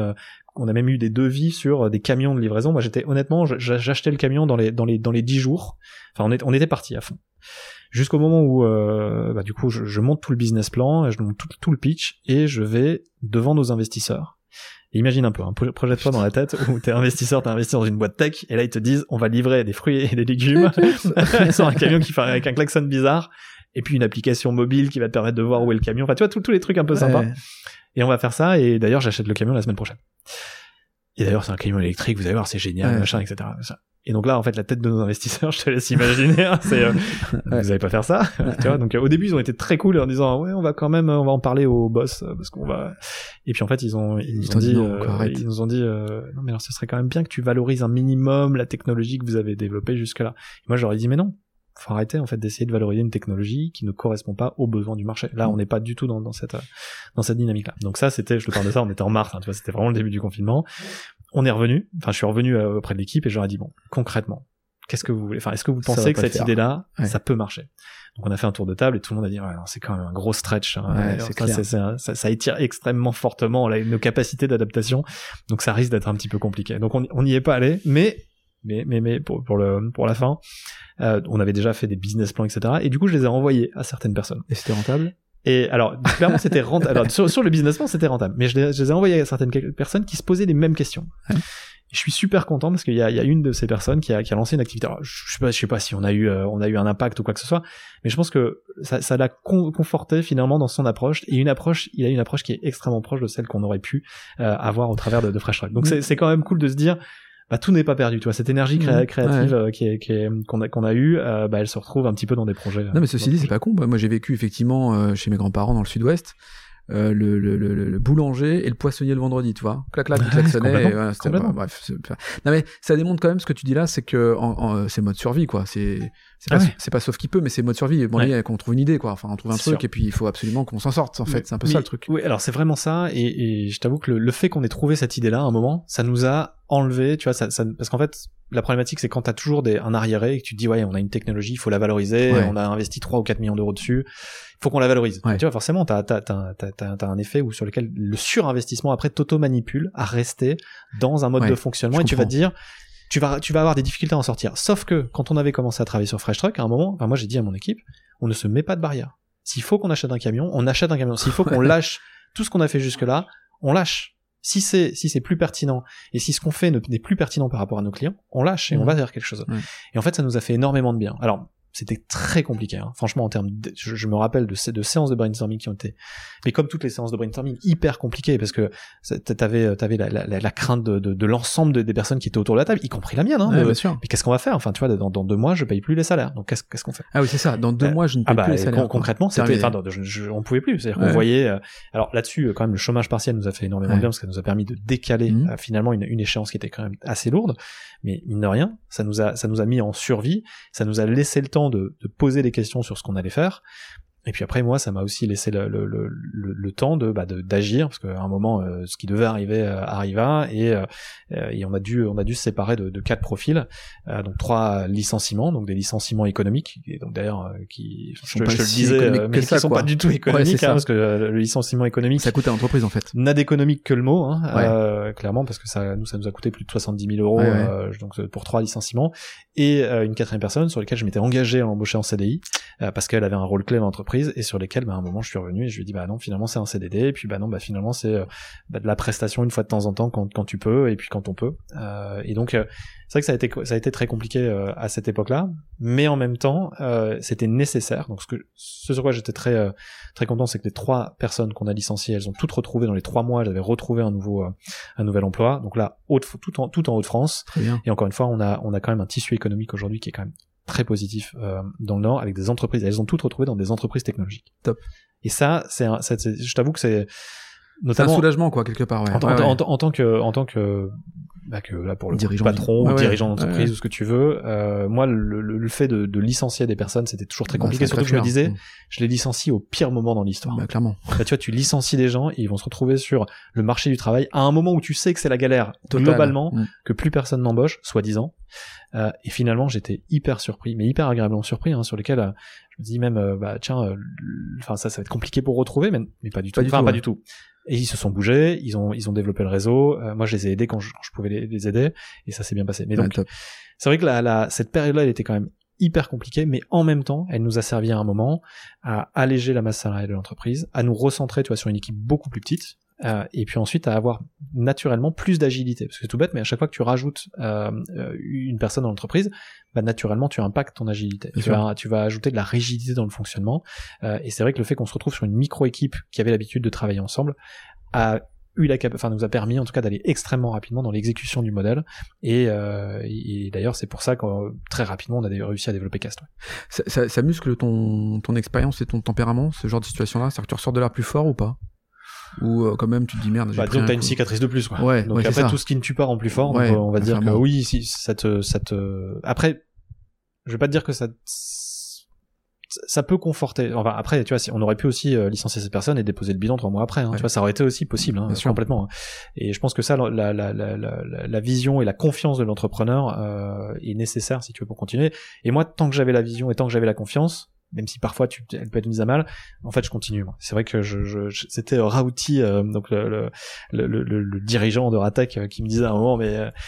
a même eu des devis sur des camions de livraison. Moi, j'achetais le camion dans les 10 jours. Enfin, on était parti à fond. Jusqu'au moment où du coup je monte tout le business plan, je monte tout le pitch et je vais devant nos investisseurs. Et imagine un peu, projette-toi dans la tête où t'es investisseur, t'as investi dans une boîte tech et là ils te disent on va livrer des fruits et des légumes sur un camion qui fait avec un klaxon bizarre et puis une application mobile qui va te permettre de voir où est le camion. Enfin tu vois tous les trucs un peu sympas. Et on va faire ça et d'ailleurs j'achète le camion la semaine prochaine. Et d'ailleurs c'est un camion électrique, vous allez voir c'est génial, machin, etc. Et donc là, en fait, la tête de nos investisseurs, je te laisse imaginer, c'est, vous allez pas faire ça, tu vois. Donc, au début, ils ont été très cool en disant, ouais, on va en parler au boss, parce qu'on va, et puis en fait, ils nous ont dit, non, mais alors ce serait quand même bien que tu valorises un minimum la technologie que vous avez développée jusque-là. Et moi, j'aurais dit, mais non. Faut arrêter, en fait, d'essayer de valoriser une technologie qui ne correspond pas aux besoins du marché. Là, on n'est pas du tout dans cette dynamique-là. Donc ça, je te parle de ça, on était en mars, tu vois, c'était vraiment le début du confinement. On est revenu, je suis revenu auprès de l'équipe et j'aurais dit, bon, concrètement, qu'est-ce que vous voulez? Est-ce que vous pensez que cette idée-là, ça peut marcher? Donc on a fait un tour de table et tout le monde a dit, ouais, non, c'est quand même un gros stretch, ça étire extrêmement fortement nos capacités d'adaptation, donc ça risque d'être un petit peu compliqué. Donc on n'y est pas allé, mais pour la fin, on avait déjà fait des business plans, etc. Et du coup, je les ai envoyés à certaines personnes. Et c'était rentable? Et alors, clairement, c'était rentable. Alors, sur le business plan, c'était rentable. Mais je les ai envoyés à certaines personnes qui se posaient les mêmes questions. Et je suis super content parce qu'il y a une de ces personnes qui a lancé une activité. Alors, je sais pas si on a eu un impact ou quoi que ce soit, mais je pense que ça l'a conforté finalement dans son approche. Et il a une approche qui est extrêmement proche de celle qu'on aurait pu avoir au travers de Fresh Truck. Donc c'est quand même cool de se dire, tout n'est pas perdu, tu vois, cette énergie créative qu'on a eu, elle se retrouve un petit peu dans des projets. Non, mais ceci dit, c'est pas con. Moi, j'ai vécu effectivement chez mes grands-parents dans le Sud-Ouest. le boulanger et le poissonnier le vendredi, tu vois. Clac, il klaxonnait. Et voilà, complètement. Bref. Non, mais ça démontre quand même ce que tu dis là, c'est que c'est mode survie, quoi. C'est pas sauf qui peut, mais c'est mode survie. Bon, ouais. Qu'on trouve une idée, quoi. Enfin, on trouve un truc, et puis il faut absolument qu'on s'en sorte, en fait. C'est un peu ça le truc. Oui, alors c'est vraiment ça, et je t'avoue que le fait qu'on ait trouvé cette idée-là à un moment, ça nous a enlevé, tu vois, parce qu'en fait, la problématique, c'est quand t'as toujours un arriéré et que tu te dis, ouais, on a une technologie, il faut la valoriser, on a investi 3 ou 4 millions d'euros dessus, il faut qu'on la valorise. Tu vois, forcément, t'as un effet sur lequel le surinvestissement après t'auto-manipule à rester dans un mode de fonctionnement, et tu vas te dire, tu vas avoir des difficultés à en sortir. Sauf que, quand on avait commencé à travailler sur Fresh Truck, à un moment, moi j'ai dit à mon équipe, on ne se met pas de barrière. S'il faut qu'on achète un camion, on achète un camion. S'il faut qu'on lâche tout ce qu'on a fait jusque-là, on lâche. Si c'est plus pertinent, et si ce qu'on fait n'est plus pertinent par rapport à nos clients, on lâche et on va vers quelque chose. Et en fait, ça nous a fait énormément de bien. Alors, c'était très compliqué, hein. Franchement, en termes je me rappelle de séances de brainstorming qui ont été, mais comme toutes les séances de brainstorming, hyper compliquées, parce que t'avais la crainte de l'ensemble des personnes qui étaient autour de la table, y compris la mienne, hein. Bien sûr. Mais qu'est-ce qu'on va faire? Enfin, tu vois, dans 2 mois, je paye plus les salaires. Donc, qu'est-ce qu'on fait? Ah oui, c'est ça. Dans 2 mois, je ne paye plus les salaires. Concrètement, c'était, on pouvait plus. C'est-à-dire qu'on voyait, alors là-dessus, quand même, le chômage partiel nous a fait énormément de bien, parce que ça nous a permis de décaler, finalement, une échéance qui était quand même assez lourde. Mais, mine de rien, ça nous a mis en survie, ça nous a laissé le temps de poser des questions sur ce qu'on allait faire. Et puis après, moi, ça m'a aussi laissé le temps d'agir, parce qu'à un moment, ce qui devait arriver arriva, et on a dû se séparer de 4 profils, donc 3 licenciements, donc des licenciements économiques, et donc d'ailleurs je le disais, mais qui sont pas du tout économiques, parce que le licenciement économique, ça coûte à l'entreprise en fait. N'a d'économique que le mot, hein, clairement, parce que ça nous a coûté plus de 70 000 euros, donc pour 3 licenciements, et une 4e personne sur laquelle je m'étais engagé à l'embaucher en CDI, parce qu'elle avait un rôle clé dans l'entreprise, et sur lesquels à un moment je suis revenu et je lui ai dit non, finalement c'est un CDD, et puis non, finalement c'est de la prestation une fois de temps en temps quand tu peux, et puis quand on peut, et donc c'est vrai que ça a été très compliqué à cette époque-là, mais en même temps c'était nécessaire. Donc ce sur quoi j'étais très très content, c'est que les 3 personnes qu'on a licenciées, elles ont toutes retrouvé dans les 3 mois, j'avais retrouvé un nouvel emploi, donc là tout en Hauts-de-France. Et encore une fois, on a quand même un tissu économique aujourd'hui qui est quand même très positif dans le Nord, avec des entreprises. Elles ont toutes retrouvé dans des entreprises technologiques. Top. Et ça, je t'avoue que c'est notamment un soulagement, quoi, quelque part. En tant que là pour le dirigeant patron ou dirigeant d'entreprise ou ce que tu veux, moi le fait de licencier des personnes, c'était toujours très compliqué, surtout que je me disais, je les licencie au pire moment dans l'histoire. Clairement. Là, tu vois, tu licencies des gens et ils vont se retrouver sur le marché du travail à un moment où tu sais que c'est la galère globalement, que plus personne n'embauche, soi-disant. Et finalement, j'étais hyper surpris, mais hyper agréablement surpris, hein, sur lesquels je me dis même, ça va être compliqué pour retrouver, mais pas du tout. Pas du tout. Et ils se sont bougés, ils ont développé le réseau. Moi, je les ai aidés quand je pouvais les aider, et ça s'est bien passé. Mais donc, c'est vrai que cette période-là, elle était quand même hyper compliquée, mais en même temps, elle nous a servi à un moment à alléger la masse salariale de l'entreprise, à nous recentrer, tu vois, sur une équipe beaucoup plus petite. Et puis ensuite à avoir naturellement plus d'agilité, parce que c'est tout bête, mais à chaque fois que tu rajoutes une personne dans l'entreprise, naturellement tu impactes ton agilité, tu vas ajouter de la rigidité dans le fonctionnement, et c'est vrai que le fait qu'on se retrouve sur une micro-équipe qui avait l'habitude de travailler ensemble nous a permis en tout cas d'aller extrêmement rapidement dans l'exécution du modèle, et d'ailleurs c'est pour ça que très rapidement on a réussi à développer Cast. Ça muscle ton expérience et ton tempérament, ce genre de situation-là, c'est-à-dire que tu ressors de là plus fort ou pas? Ou quand même tu te dis merde, disons que t'as une cicatrice de plus, quoi. Donc après tout ce qui ne tue pas rend plus fort, donc on va dire que oui, si ça te après je vais pas te dire que ça peut conforter. Enfin après, tu vois, on aurait pu aussi licencier cette personne et déposer le bilan 3 mois après, hein. Tu vois, ça aurait été aussi possible, hein, complètement, hein. Et je pense que ça, la vision et la confiance de l'entrepreneur est nécessaire si tu veux pour continuer. Et moi, tant que j'avais la vision et tant que j'avais la confiance, même si parfois elle peut être mise à mal, en fait je continue, moi. C'est vrai que c'était Rauti, donc le dirigeant de Ratec, qui me disait à un moment,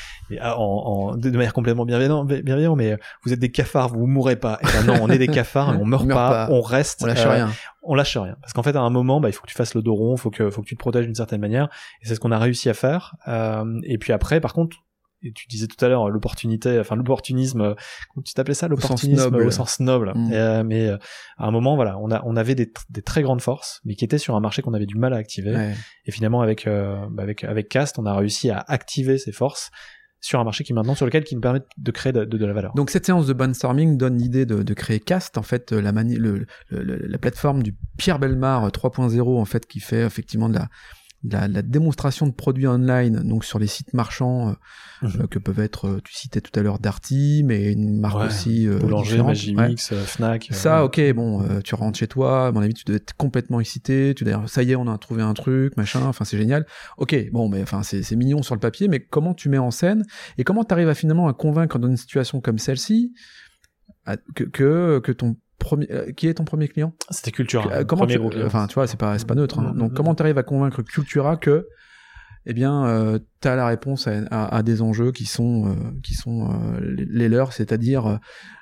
de manière complètement bienveillant, mais vous êtes des cafards, vous mourrez pas. Et non, on est des cafards, on meurt pas, on reste, on lâche rien. On lâche rien, parce qu'en fait à un moment il faut que tu fasses le dos rond, faut que tu te protèges d'une certaine manière, et c'est ce qu'on a réussi à faire. Et puis après, par contre, et tu disais tout à l'heure l'opportunisme, comment tu t'appelais ça, l'opportunisme au sens noble. Mais à un moment, voilà, on avait des très grandes forces, mais qui étaient sur un marché qu'on avait du mal à activer. Et finalement, avec Cast, on a réussi à activer ces forces sur un marché qui nous permet de créer de la valeur. Donc cette séance de brainstorming donne l'idée de créer Cast, en fait, la plateforme du Pierre Bellemare 3.0, en fait, qui fait effectivement de la démonstration de produits online, donc sur les sites marchands que peuvent être, tu citais tout à l'heure Darty, mais une marque aussi Boulanger, Magimix, Fnac. Ça, ok, bon, tu rentres chez toi, à mon avis, tu dois être complètement excité, ça y est, on a trouvé un truc, machin, enfin c'est génial. Ok, bon, mais enfin c'est mignon sur le papier, mais comment tu mets en scène et comment tu arrives finalement à convaincre dans une situation comme celle-ci que ton qui est ton premier client? C'était Cultura. Comment tu vois, c'est pas neutre. Hein. Donc comment tu arrives à convaincre Cultura que t'as la réponse à des enjeux qui sont les leurs, c'est-à-dire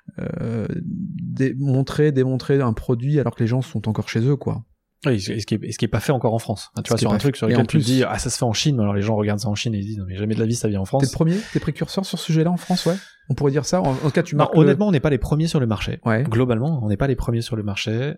démontrer un produit alors que les gens sont encore chez eux, quoi. Oui, ce qui est pas fait encore en France. Tu vois, sur un truc sur lequel tu te dis, ça se fait en Chine, mais alors les gens regardent ça en Chine et ils disent, non, mais jamais de la vie ça vient en France. T'es précurseur sur ce sujet-là en France, ouais. On pourrait dire ça. En tout cas, tu marques. Honnêtement, on n'est pas les premiers sur le marché. Ouais. Globalement, on n'est pas les premiers sur le marché.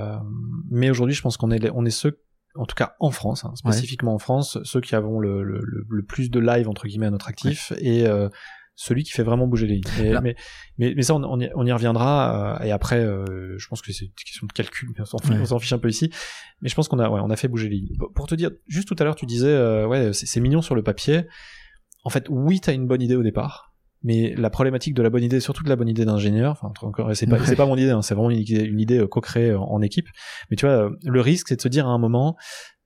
Mais aujourd'hui, je pense qu'on est ceux, en tout cas en France, hein, spécifiquement en France, ceux qui avons le plus de live entre guillemets à notre actif et celui qui fait vraiment bouger les lignes. Mais ça, on y reviendra. Et après, je pense que c'est une question de calcul. Mais on s'en fiche un peu ici. Mais je pense qu'on a fait bouger les lignes. Pour te dire, juste tout à l'heure, tu disais, c'est mignon sur le papier. En fait, oui, t'as une bonne idée au départ. Mais la problématique de la bonne idée, surtout de la bonne idée d'ingénieur, c'est pas mon idée, hein, c'est vraiment une idée co-créée en équipe. Mais tu vois, le risque, c'est de se dire à un moment,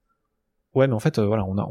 ouais, mais en fait,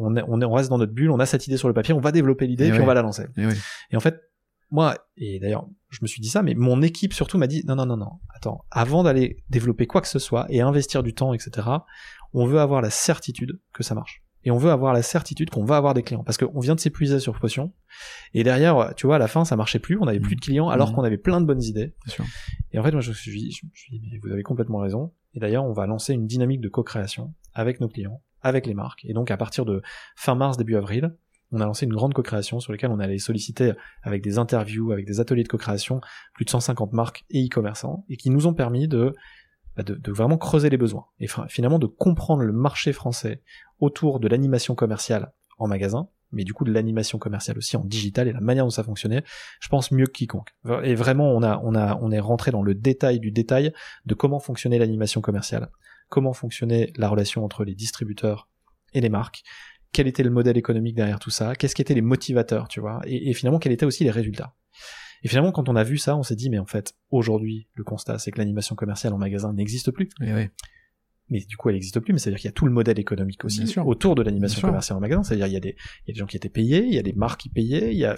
on reste dans notre bulle, on a cette idée sur le papier, on va développer l'idée, puis on va la lancer. Et en fait, moi, et d'ailleurs, je me suis dit ça, mais mon équipe surtout m'a dit, non, attends, avant d'aller développer quoi que ce soit et investir du temps, etc., on veut avoir la certitude que ça marche. Et on veut avoir la certitude qu'on va avoir des clients. Parce qu'on vient de s'épuiser sur Potion. Et derrière, tu vois, à la fin, ça marchait plus. On avait plus de clients alors qu'on avait plein de bonnes idées. Bien sûr. Et en fait, moi, je me suis dit, mais vous avez complètement raison. Et d'ailleurs, on va lancer une dynamique de co-création avec nos clients, avec les marques. Et donc, à partir de fin mars, début avril, on a lancé une grande co-création sur laquelle on allait solliciter avec des interviews, avec des ateliers de co-création, plus de 150 marques et e-commerçants, et qui nous ont permis de vraiment creuser les besoins et finalement de comprendre le marché français autour de l'animation commerciale en magasin, mais du coup de l'animation commerciale aussi en digital et la manière dont ça fonctionnait, je pense mieux que quiconque. Et vraiment, on est rentré dans le détail du détail de comment fonctionnait l'animation commerciale, comment fonctionnait la relation entre les distributeurs et les marques, quel était le modèle économique derrière tout ça, qu'est-ce qu'étaient les motivateurs, tu vois, et finalement quels étaient aussi les résultats. Et finalement, quand on a vu ça, on s'est dit, mais en fait, aujourd'hui, le constat, c'est que l'animation commerciale en magasin n'existe plus. Oui. Mais du coup, elle n'existe plus, mais c'est-à-dire qu'il y a tout le modèle économique aussi autour de l'animation commerciale en magasin. C'est-à-dire, il y a des gens qui étaient payés, il y a des marques qui payaient, il y a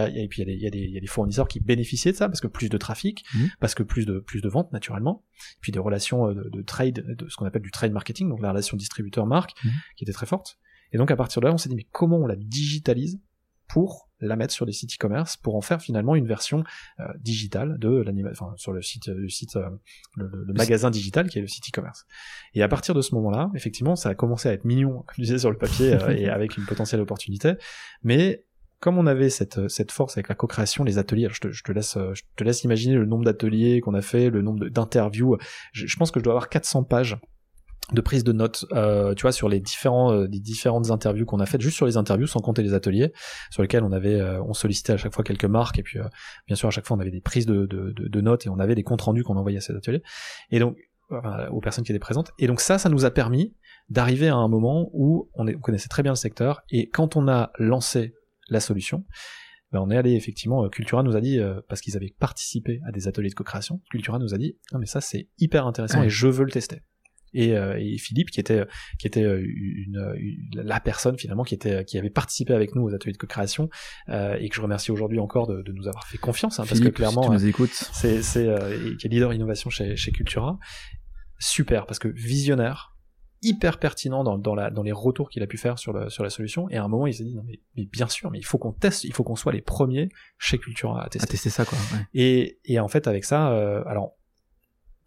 des fournisseurs qui bénéficiaient de ça, parce que plus de trafic, parce que plus de ventes, naturellement. Puis des relations de trade, de ce qu'on appelle du trade marketing, donc la relation distributeur-marque, qui était très forte. Et donc, à partir de là, on s'est dit, mais comment on la digitalise pour la mettre sur des sites e-commerce, pour en faire finalement une version digitale de l'animation, sur le magasin digital qui est le site e-commerce. Et à partir de ce moment-là, effectivement, ça a commencé à être mignon, comme je disais, sur le papier, et avec une potentielle opportunité, mais comme on avait cette force avec la co-création, les ateliers, alors je te laisse imaginer le nombre d'ateliers qu'on a fait, le nombre d'interviews, je pense que je dois avoir 400 pages de prise de notes, tu vois, sur les différentes interviews qu'on a faites, juste sur les interviews, sans compter les ateliers, sur lesquels on sollicitait à chaque fois quelques marques, et puis bien sûr à chaque fois on avait des prises de notes et on avait des comptes rendus qu'on envoyait à ces ateliers, et donc aux personnes qui étaient présentes. Et donc ça nous a permis d'arriver à un moment où on connaissait très bien le secteur, et quand on a lancé la solution, on est allé effectivement, Cultura nous a dit, parce qu'ils avaient participé à des ateliers de co-création, Cultura nous a dit, non mais ça c'est hyper intéressant et je veux le tester. Et Philippe qui était la personne finalement qui avait participé avec nous aux ateliers de co-création, et que je remercie aujourd'hui encore de nous avoir fait confiance, hein, Philippe, parce que clairement si tu nous écoutes, c'est qui est leader innovation chez Cultura, super, parce que visionnaire, hyper pertinent dans les retours qu'il a pu faire sur la solution, et à un moment il s'est dit non mais bien sûr, mais il faut qu'on teste, il faut qu'on soit les premiers chez Cultura à tester ça, quoi. Et en fait avec ça, alors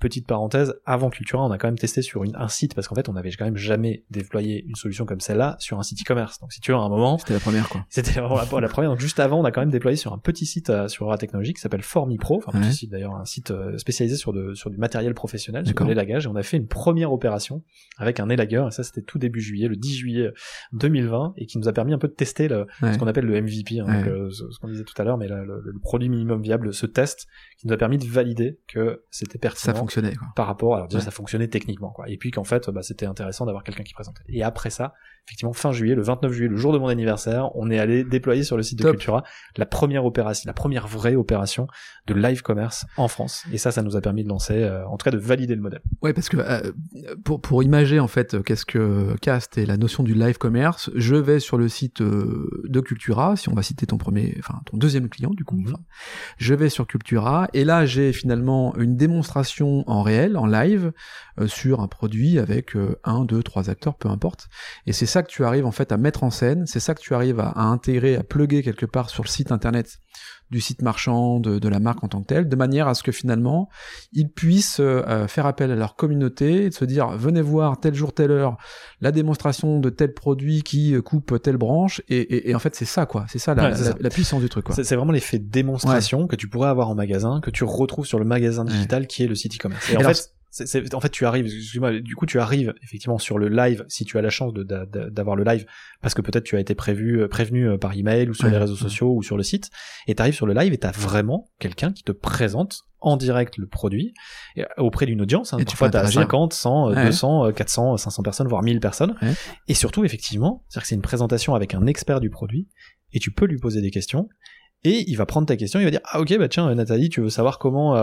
petite parenthèse, avant Cultura, on a quand même testé sur un site, parce qu'en fait, on n'avait quand même jamais déployé une solution comme celle-là sur un site e-commerce. Donc, si tu veux, à un moment... C'était la première, quoi. C'était vraiment la première. Donc, juste avant, on a quand même déployé sur un petit site sur Aura Technologies qui s'appelle FormiPro. Enfin, petit site d'ailleurs, un site spécialisé sur du matériel professionnel, sur l'élagage. Et on a fait une première opération avec un élagueur. Et ça, c'était tout début juillet, le 10 juillet 2020, et qui nous a permis un peu de tester ce qu'on appelle le MVP, donc, ce qu'on disait tout à l'heure, mais le produit minimum viable, ce test, qui nous a permis de valider que c'était pertinent. Ça fonctionnait, quoi. Par rapport, alors déjà, ça fonctionnait techniquement, quoi. Et puis qu'en fait, c'était intéressant d'avoir quelqu'un qui présentait. Et après ça, effectivement, fin juillet, le 29 juillet, le jour de mon anniversaire, on est allé déployer sur le site de Cultura la première opération, la première vraie opération de live commerce en France. Et ça nous a permis de lancer, en tout cas de valider le modèle. Ouais, parce que pour imager en fait qu'est-ce que Cast et la notion du live commerce, je vais sur le site de Cultura, si on va citer ton deuxième client du coup. Je vais sur Cultura et là j'ai finalement une démonstration en réel, en live, sur un produit avec 1, 2, 3 acteurs, peu importe. Et c'est ça que tu arrives en fait à mettre en scène, c'est ça que tu arrives à intégrer, à plugger quelque part sur le site internet du site marchand, de la marque en tant que telle, de manière à ce que finalement ils puissent faire appel à leur communauté et de se dire venez voir tel jour, telle heure la démonstration de tel produit qui coupe telle branche et en fait c'est ça quoi, c'est ça la puissance du truc quoi. C'est vraiment l'effet démonstration que tu pourrais avoir en magasin, que tu retrouves sur le magasin digital qui est le site e-commerce. Et en fait, tu arrives, tu arrives effectivement sur le live, si tu as la chance d'avoir le live, parce que peut-être tu as été prévenu par email ou sur les réseaux sociaux ou sur le site, et t'arrives sur le live et t'as vraiment quelqu'un qui te présente en direct le produit auprès d'une audience, parfois t'as 50, 100, 200, 400, 500 personnes, voire 1000 personnes, et surtout effectivement, c'est-à-dire que c'est une présentation avec un expert du produit, et tu peux lui poser des questions, et il va prendre ta question, il va dire ah ok bah tiens Nathalie, tu veux savoir comment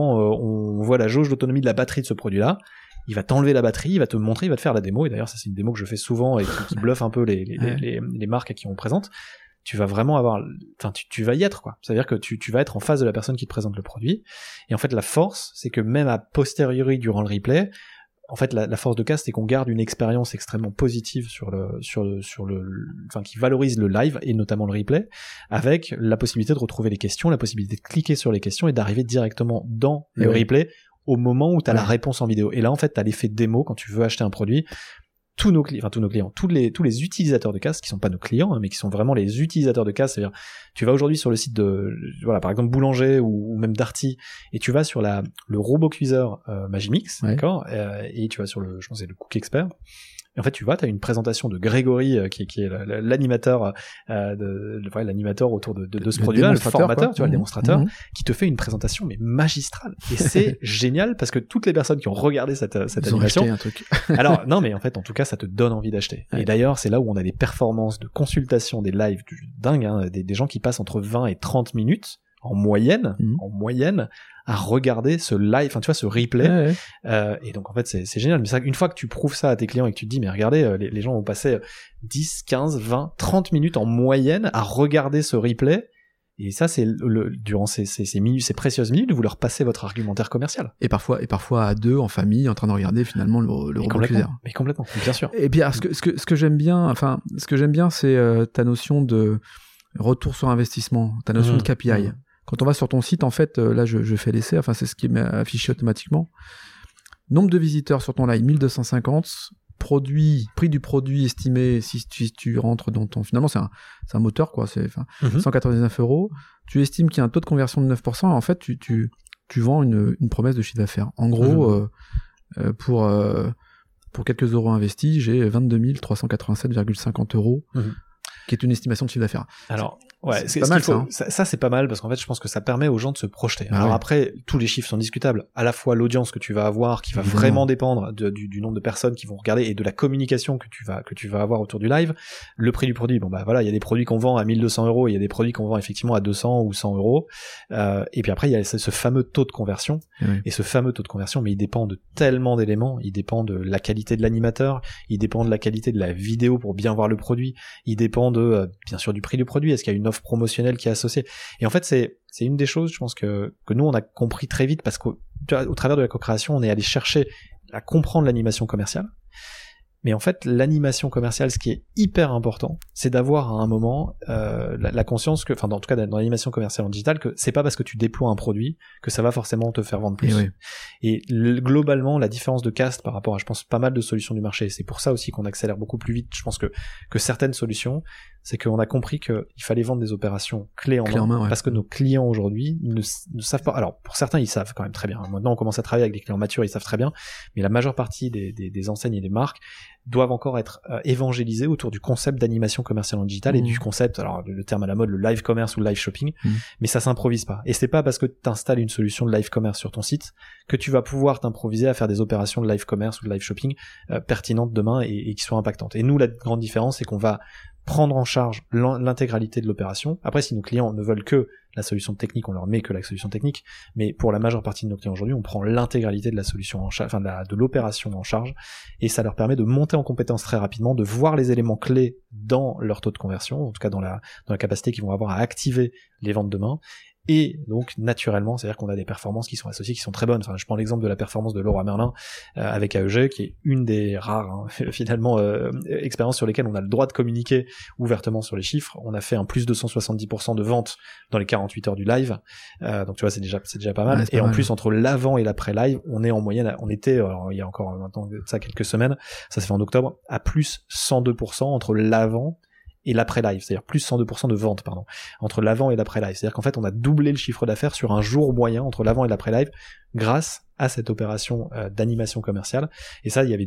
on voit la jauge d'autonomie de la batterie de ce produit-là. Il va t'enlever la batterie, il va te montrer, il va te faire la démo. Et d'ailleurs ça c'est une démo que je fais souvent et qui bluffe un peu les marques à qui on présente. Tu vas vraiment avoir, tu vas y être quoi. C'est-à-dire que tu vas être en face de la personne qui te présente le produit. Et en fait la force c'est que même a posteriori durant le replay, en fait, la force de Cast, c'est qu'on garde une expérience extrêmement positive qui valorise le live et notamment le replay, avec la possibilité de retrouver les questions, la possibilité de cliquer sur les questions et d'arriver directement dans le replay au moment où t'as la réponse en vidéo. Et là, en fait, t'as l'effet démo quand tu veux acheter un produit. Tous nos clients, tous les utilisateurs de Cast qui sont pas nos clients, mais qui sont vraiment les utilisateurs de Cast, c'est-à-dire, tu vas aujourd'hui sur le site par exemple Boulanger ou même Darty, et tu vas sur le robot cuiseur Magimix, d'accord, et tu vas sur je pense que c'est le Cook Expert. Et en fait, t'as une présentation de Grégory, qui est l'animateur, l'animateur autour de ce produit-là, le formateur, le démonstrateur, qui te fait une présentation, mais magistrale. Et c'est génial parce que toutes les personnes qui ont regardé cette animation. Un truc. Alors, non, mais en fait, en tout cas, ça te donne envie d'acheter. Et d'ailleurs, c'est là où on a des performances de consultation des lives dingues, des gens qui passent entre 20 et 30 minutes en moyenne, à regarder ce live, ce replay. Et donc, en fait, c'est génial. Mais ça, une fois que tu prouves ça à tes clients et que tu te dis, mais regardez, les gens vont passer 10, 15, 20, 30 minutes en moyenne à regarder ce replay. Et ça, c'est durant ces minutes, ces précieuses minutes, vous leur passez votre argumentaire commercial. Et parfois à deux, en famille, en train de regarder finalement le robot cuiseur. Mais complètement, bien sûr. Et bien, ce que j'aime bien, c'est ta notion de retour sur investissement, ta notion de KPI. Quand on va sur ton site, en fait, là, je fais l'essai, c'est ce qui m'est affiché automatiquement. Nombre de visiteurs sur ton live, 1250. Prix du produit estimé, si tu rentres dans ton... Finalement, c'est un moteur, quoi. C'est 199 €. Tu estimes qu'il y a un taux de conversion de 9%. En fait, tu vends une promesse de chiffre d'affaires. En gros, pour quelques euros investis, j'ai 22 387,50 €. Qui est une estimation de chiffre d'affaires. Alors, c'est pas mal, ça c'est pas mal parce qu'en fait, je pense que ça permet aux gens de se projeter. Alors après, tous les chiffres sont discutables. À la fois l'audience que tu vas avoir, qui va vraiment dépendre du nombre de personnes qui vont regarder et de la communication que tu vas avoir autour du live. Le prix du produit, il y a des produits qu'on vend à 1200 €, il y a des produits qu'on vend effectivement à 200 ou 100 €. Et puis après, il y a ce fameux taux de conversion. Et ce fameux taux de conversion, mais il dépend de tellement d'éléments. Il dépend de la qualité de l'animateur, il dépend de la qualité de la vidéo pour bien voir le produit, il dépend bien sûr du prix du produit, est-ce qu'il y a une offre promotionnelle qui est associée. Et en fait c'est une des choses, je pense que nous on a compris très vite parce qu'au travers de la co-création on est allé chercher à comprendre l'animation commerciale. Mais en fait l'animation commerciale, ce qui est hyper important, c'est d'avoir à un moment la conscience que, enfin, en tout cas dans l'animation commerciale en digital, que c'est pas parce que tu déploies un produit que ça va forcément te faire vendre plus. Et globalement, la différence de Cast par rapport à, je pense, pas mal de solutions du marché, c'est pour ça aussi qu'on accélère beaucoup plus vite. Je pense que certaines solutions, c'est qu'on a compris qu'il fallait vendre des opérations clés en main, parce que nos clients aujourd'hui ne savent pas. Alors pour certains, ils savent quand même très bien. Maintenant, on commence à travailler avec des clients matures, ils savent très bien, mais la majeure partie des enseignes et des marques doivent encore être évangélisés autour du concept d'animation commerciale en digital et du concept, alors le terme à la mode, le live commerce ou le live shopping, mais ça s'improvise pas. Et c'est pas parce que tu installes une solution de live commerce sur ton site que tu vas pouvoir t'improviser à faire des opérations de live commerce ou de live shopping pertinentes demain et qui soient impactantes. Et nous, la grande différence, c'est qu'on va prendre en charge l'intégralité de l'opération. Après, si nos clients ne veulent que la solution technique, on leur met que la solution technique, mais pour la majeure partie de nos clients aujourd'hui, on prend l'intégralité de la solution en charge, enfin de l'opération en charge, et ça leur permet de monter en compétence très rapidement, de voir les éléments clés dans leur taux de conversion, en tout cas dans la capacité qu'ils vont avoir à activer les ventes demain. Et donc naturellement, c'est-à-dire qu'on a des performances qui sont associées, qui sont très bonnes. Enfin, je prends l'exemple de la performance de Leroy Merlin avec AEG, qui est une des rares finalement expériences sur lesquelles on a le droit de communiquer ouvertement sur les chiffres. On a fait un plus 270% de ventes dans les 48 heures du live, donc tu vois, c'est déjà pas mal. Ouais, et en plus, entre l'avant et l'après live, on est en moyenne, on était, alors il y a encore maintenant ça quelques semaines, ça s'est fait en octobre, à plus 102% entre l'avant et l'après-live, c'est-à-dire plus 102% de vente, entre l'avant et l'après-live. C'est-à-dire qu'en fait, on a doublé le chiffre d'affaires sur un jour moyen entre l'avant et l'après-live grâce à cette opération d'animation commerciale. Et ça, il y avait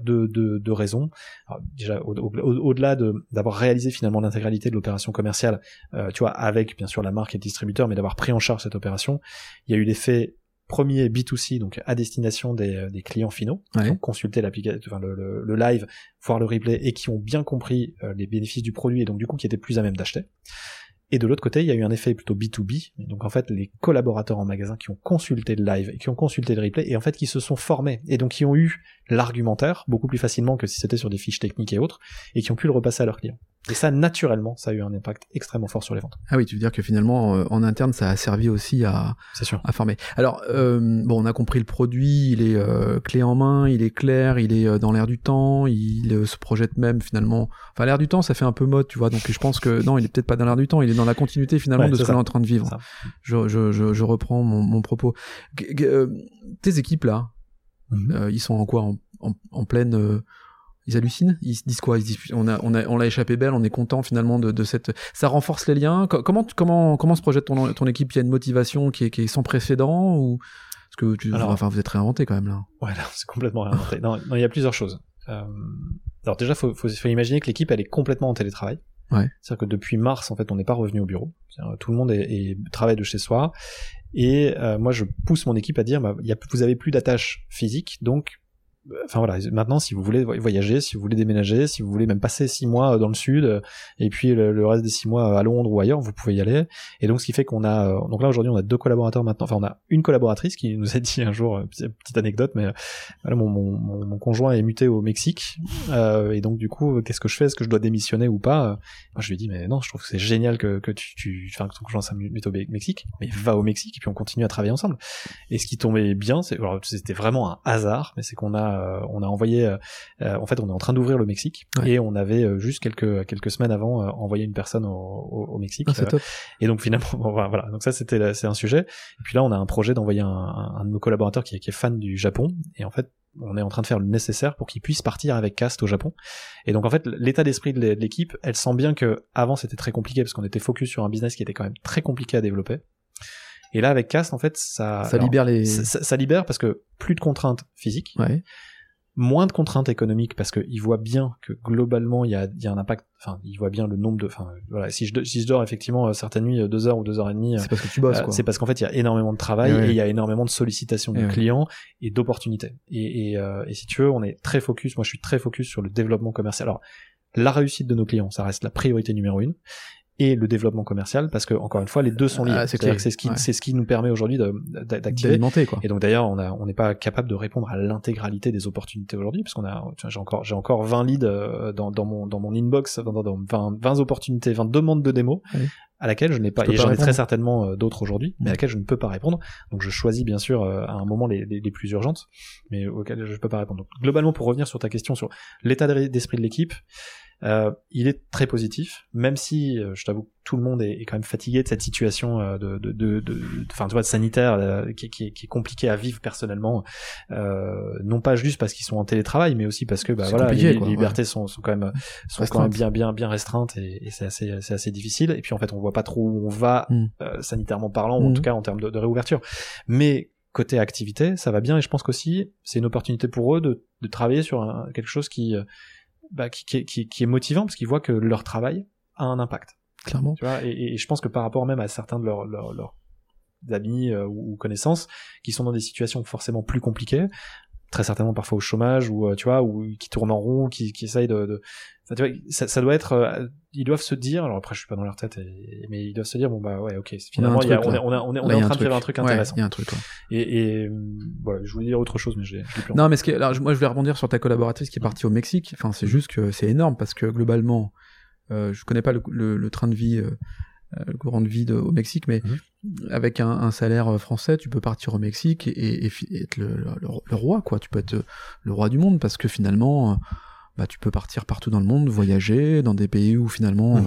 deux raisons. Alors, déjà, au-delà d'avoir réalisé finalement l'intégralité de l'opération commerciale, tu vois, avec bien sûr la marque et le distributeur, mais d'avoir pris en charge cette opération, il y a eu l'effet premier B2C, donc à destination des clients finaux, qui ont consulté l'application, enfin le live, voir le replay, et qui ont bien compris les bénéfices du produit, et donc du coup qui étaient plus à même d'acheter. Et de l'autre côté, il y a eu un effet plutôt B2B, donc en fait les collaborateurs en magasin qui ont consulté le live, et qui ont consulté le replay, et en fait qui se sont formés, et donc qui ont eu l'argumentaire beaucoup plus facilement que si c'était sur des fiches techniques et autres, et qui ont pu le repasser à leurs clients. Et ça, naturellement, ça a eu un impact extrêmement fort sur les ventes. Ah oui, tu veux dire que finalement, en interne, ça a servi aussi à former. Alors, bon, on a compris le produit, il est clé en main, il est clair, il est dans l'air du temps, il se projette même finalement. Enfin, l'air du temps, ça fait un peu mode, tu vois. Donc, je pense que non, il est peut-être pas dans l'air du temps, il est dans la continuité finalement de ce qu'on est en train de vivre. Je reprends mon propos. Tes équipes là, ils sont en quoi, en pleine ils hallucinent, ils se disent quoi, ils se disent on l'a échappé belle, on est content finalement de cette, ça renforce les liens. Comment se projette ton équipe? Il y a une motivation qui est sans précédent, ou parce que vous êtes réinventé quand même là. Ouais, là, c'est complètement réinventé. non, il y a plusieurs choses. Alors déjà, faut imaginer que l'équipe elle est complètement en télétravail. Ouais. C'est-à-dire que depuis mars, en fait, on n'est pas revenu au bureau. Tout le monde travaille de chez soi. Et moi, je pousse mon équipe à dire, vous avez plus d'attache physique, donc enfin voilà, maintenant si vous voulez voyager, si vous voulez déménager, si vous voulez même passer 6 mois dans le sud et puis le reste des 6 mois à Londres ou ailleurs, vous pouvez y aller. Et donc ce qui fait qu'on a donc là aujourd'hui on a 2 collaborateurs maintenant, enfin on a une collaboratrice qui nous a dit un jour, petite anecdote, mais voilà, mon conjoint est muté au Mexique et donc du coup qu'est-ce que je fais, est-ce que je dois démissionner ou pas? Moi je lui ai dit mais non, je trouve que c'est génial que que ton conjoint s'est muté au Mexique, mais va au Mexique et puis on continue à travailler ensemble. Et ce qui tombait bien, c'était vraiment un hasard, mais c'est qu'on a envoyé, en fait, on est en train d'ouvrir le Mexique, et on avait juste quelques semaines avant envoyé une personne au Mexique. C'est top. Et donc finalement, voilà. Donc ça, c'est un sujet. Et puis là, on a un projet d'envoyer un de nos collaborateurs qui est fan du Japon. Et en fait, on est en train de faire le nécessaire pour qu'il puisse partir avec Cast au Japon. Et donc en fait, l'état d'esprit de l'équipe, elle sent bien que avant c'était très compliqué parce qu'on était focus sur un business qui était quand même très compliqué à développer. Et là, avec Cast, en fait, ça libère ça libère parce que plus de contraintes physiques, moins de contraintes économiques parce que ils voient bien que globalement il y a un impact. Enfin, ils voient bien le nombre de. Enfin, voilà. Si je dors effectivement certaines nuits 2 heures ou 2 heures et demie, c'est parce que tu bosses, quoi. C'est parce qu'en fait il y a énormément de travail et il y a énormément de sollicitations de clients et d'opportunités. Et si tu veux, on est très focus. Moi, je suis très focus sur le développement commercial. Alors, la réussite de nos clients, ça reste la priorité numéro 1. Et le développement commercial, parce que encore une fois les deux sont liés. C'est-à-dire que c'est ce qui nous permet aujourd'hui d'activer. Quoi. Et donc d'ailleurs on n'est pas capable de répondre à l'intégralité des opportunités aujourd'hui, parce qu'on a, j'ai encore 20 leads dans mon inbox, dans 20 opportunités, 20 demandes de démo à laquelle je n'ai pas, et j'en ai très certainement d'autres aujourd'hui, mais à laquelle je ne peux pas répondre. Donc je choisis bien sûr à un moment les plus urgentes, mais auxquelles je ne peux pas répondre. Donc globalement, pour revenir sur ta question sur l'état d'esprit de l'équipe, il est très positif, même si je t'avoue que tout le monde est quand même fatigué de cette situation enfin tu vois, de sanitaire qui est compliquée à vivre personnellement, non pas juste parce qu'ils sont en télétravail, mais aussi parce que voilà, les libertés sont quand même bien restreintes et c'est assez difficile. Et puis en fait, on voit pas trop où on va sanitairement parlant, ou en tout cas en termes de réouverture. Mais côté activité, ça va bien, et je pense qu'aussi c'est une opportunité pour eux de travailler sur quelque chose qui est motivant, parce qu'ils voient que leur travail a un impact. Clairement. Tu vois, et je pense que par rapport même à certains de leurs amis ou connaissances qui sont dans des situations forcément plus compliquées, très certainement parfois au chômage, ou tu vois, ou qui tournent en rond, qui essayent enfin, tu vois, ça doit être, ils doivent se dire, alors après je suis pas dans leur tête, mais ils doivent se dire, bon bah ouais, ok, finalement on est en train de faire un truc intéressant. Il y a un truc. Ouais. Et voilà, je voulais dire autre chose, mais j'ai plus. Non, mais alors moi je vais rebondir sur ta collaboratrice qui est partie au Mexique. Enfin, c'est juste que c'est énorme, parce que globalement, je connais pas le train de vie, le courant de vie au Mexique, mais avec un salaire français, tu peux partir au Mexique et être le roi, quoi. Tu peux être le roi du monde, parce que finalement, tu peux partir partout dans le monde, voyager dans des pays où finalement,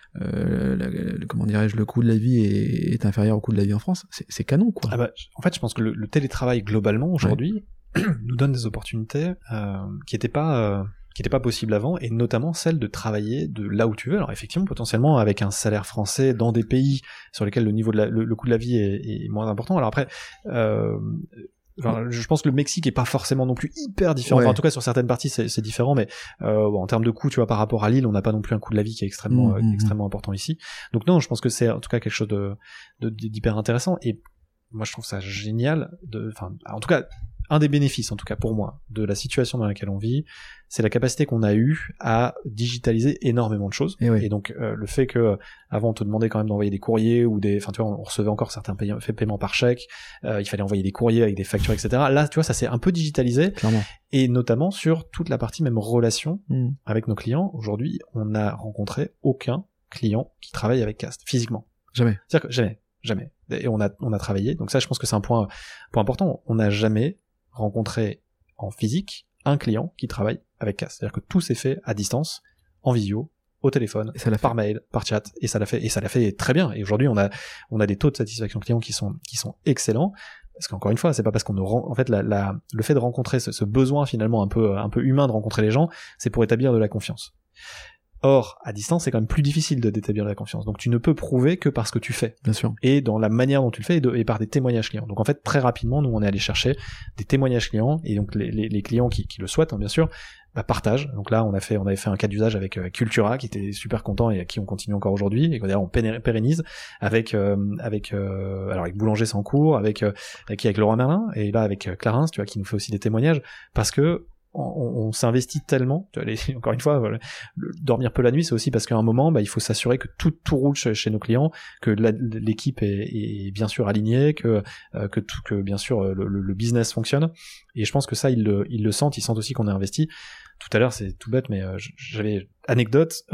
comment dirais-je, le coût de la vie est inférieur au coût de la vie en France. C'est canon, quoi. En fait, je pense que le télétravail globalement aujourd'hui nous donne des opportunités qui étaient pas possible avant, et notamment celle de travailler de là où tu veux. Alors effectivement, potentiellement avec un salaire français dans des pays sur lesquels le niveau de le coût de la vie est moins important. Alors après, je pense que le Mexique est pas forcément non plus hyper différent. Enfin, en tout cas, sur certaines parties, c'est différent, mais en termes de coût, tu vois, par rapport à Lille, on n'a pas non plus un coût de la vie qui est extrêmement important ici. Donc non, je pense que c'est en tout cas quelque chose d'hyper intéressant, et moi je trouve ça génial. En tout cas, un des bénéfices, en tout cas pour moi, de la situation dans laquelle on vit, c'est la capacité qu'on a eue à digitaliser énormément de choses. Et donc le fait que avant on te demandait quand même d'envoyer des courriers ou enfin tu vois, on recevait encore certains paiements par chèque, il fallait envoyer des courriers avec des factures, etc. Là, tu vois, ça s'est un peu digitalisé. Clairement. Et notamment sur toute la partie même relation avec nos clients. Aujourd'hui, on n'a rencontré aucun client qui travaille avec Cast physiquement. Jamais. C'est-à-dire que jamais. Et on a travaillé. Donc ça, je pense que c'est un point important. On n'a jamais rencontrer en physique un client qui travaille avec Cast. C'est-à-dire que tout s'est fait à distance, en visio, au téléphone, par mail, par chat, et ça l'a fait très bien. Et aujourd'hui, on a des taux de satisfaction client qui sont excellents. Parce qu'encore une fois, c'est pas parce qu'on en fait le fait de rencontrer ce besoin finalement un peu humain de rencontrer les gens, c'est pour établir de la confiance. Or, à distance, c'est quand même plus difficile d'établir la confiance. Donc tu ne peux prouver que par ce que tu fais. Bien sûr. Et dans la manière dont tu le fais, et par des témoignages clients. Donc en fait, très rapidement, nous on est allé chercher des témoignages clients, et donc les clients qui le souhaitent, hein, bien sûr, partagent. Donc là, on avait fait un cas d'usage avec Cultura, qui était super content et à qui on continue encore aujourd'hui, et d'ailleurs on pérennise avec Boulanger sans cours, avec Laurent Merlin, et là avec Clarins, tu vois, qui nous fait aussi des témoignages, parce que on s'investit tellement, encore une fois, voilà, dormir peu la nuit, c'est aussi parce qu'à un moment, il faut s'assurer que tout roule chez nos clients, que l'équipe est bien sûr alignée, que bien sûr le business fonctionne. Et je pense que ça, ils le sentent, ils sentent aussi qu'on est investi. Tout à l'heure, c'est tout bête, mais j'avais anecdote,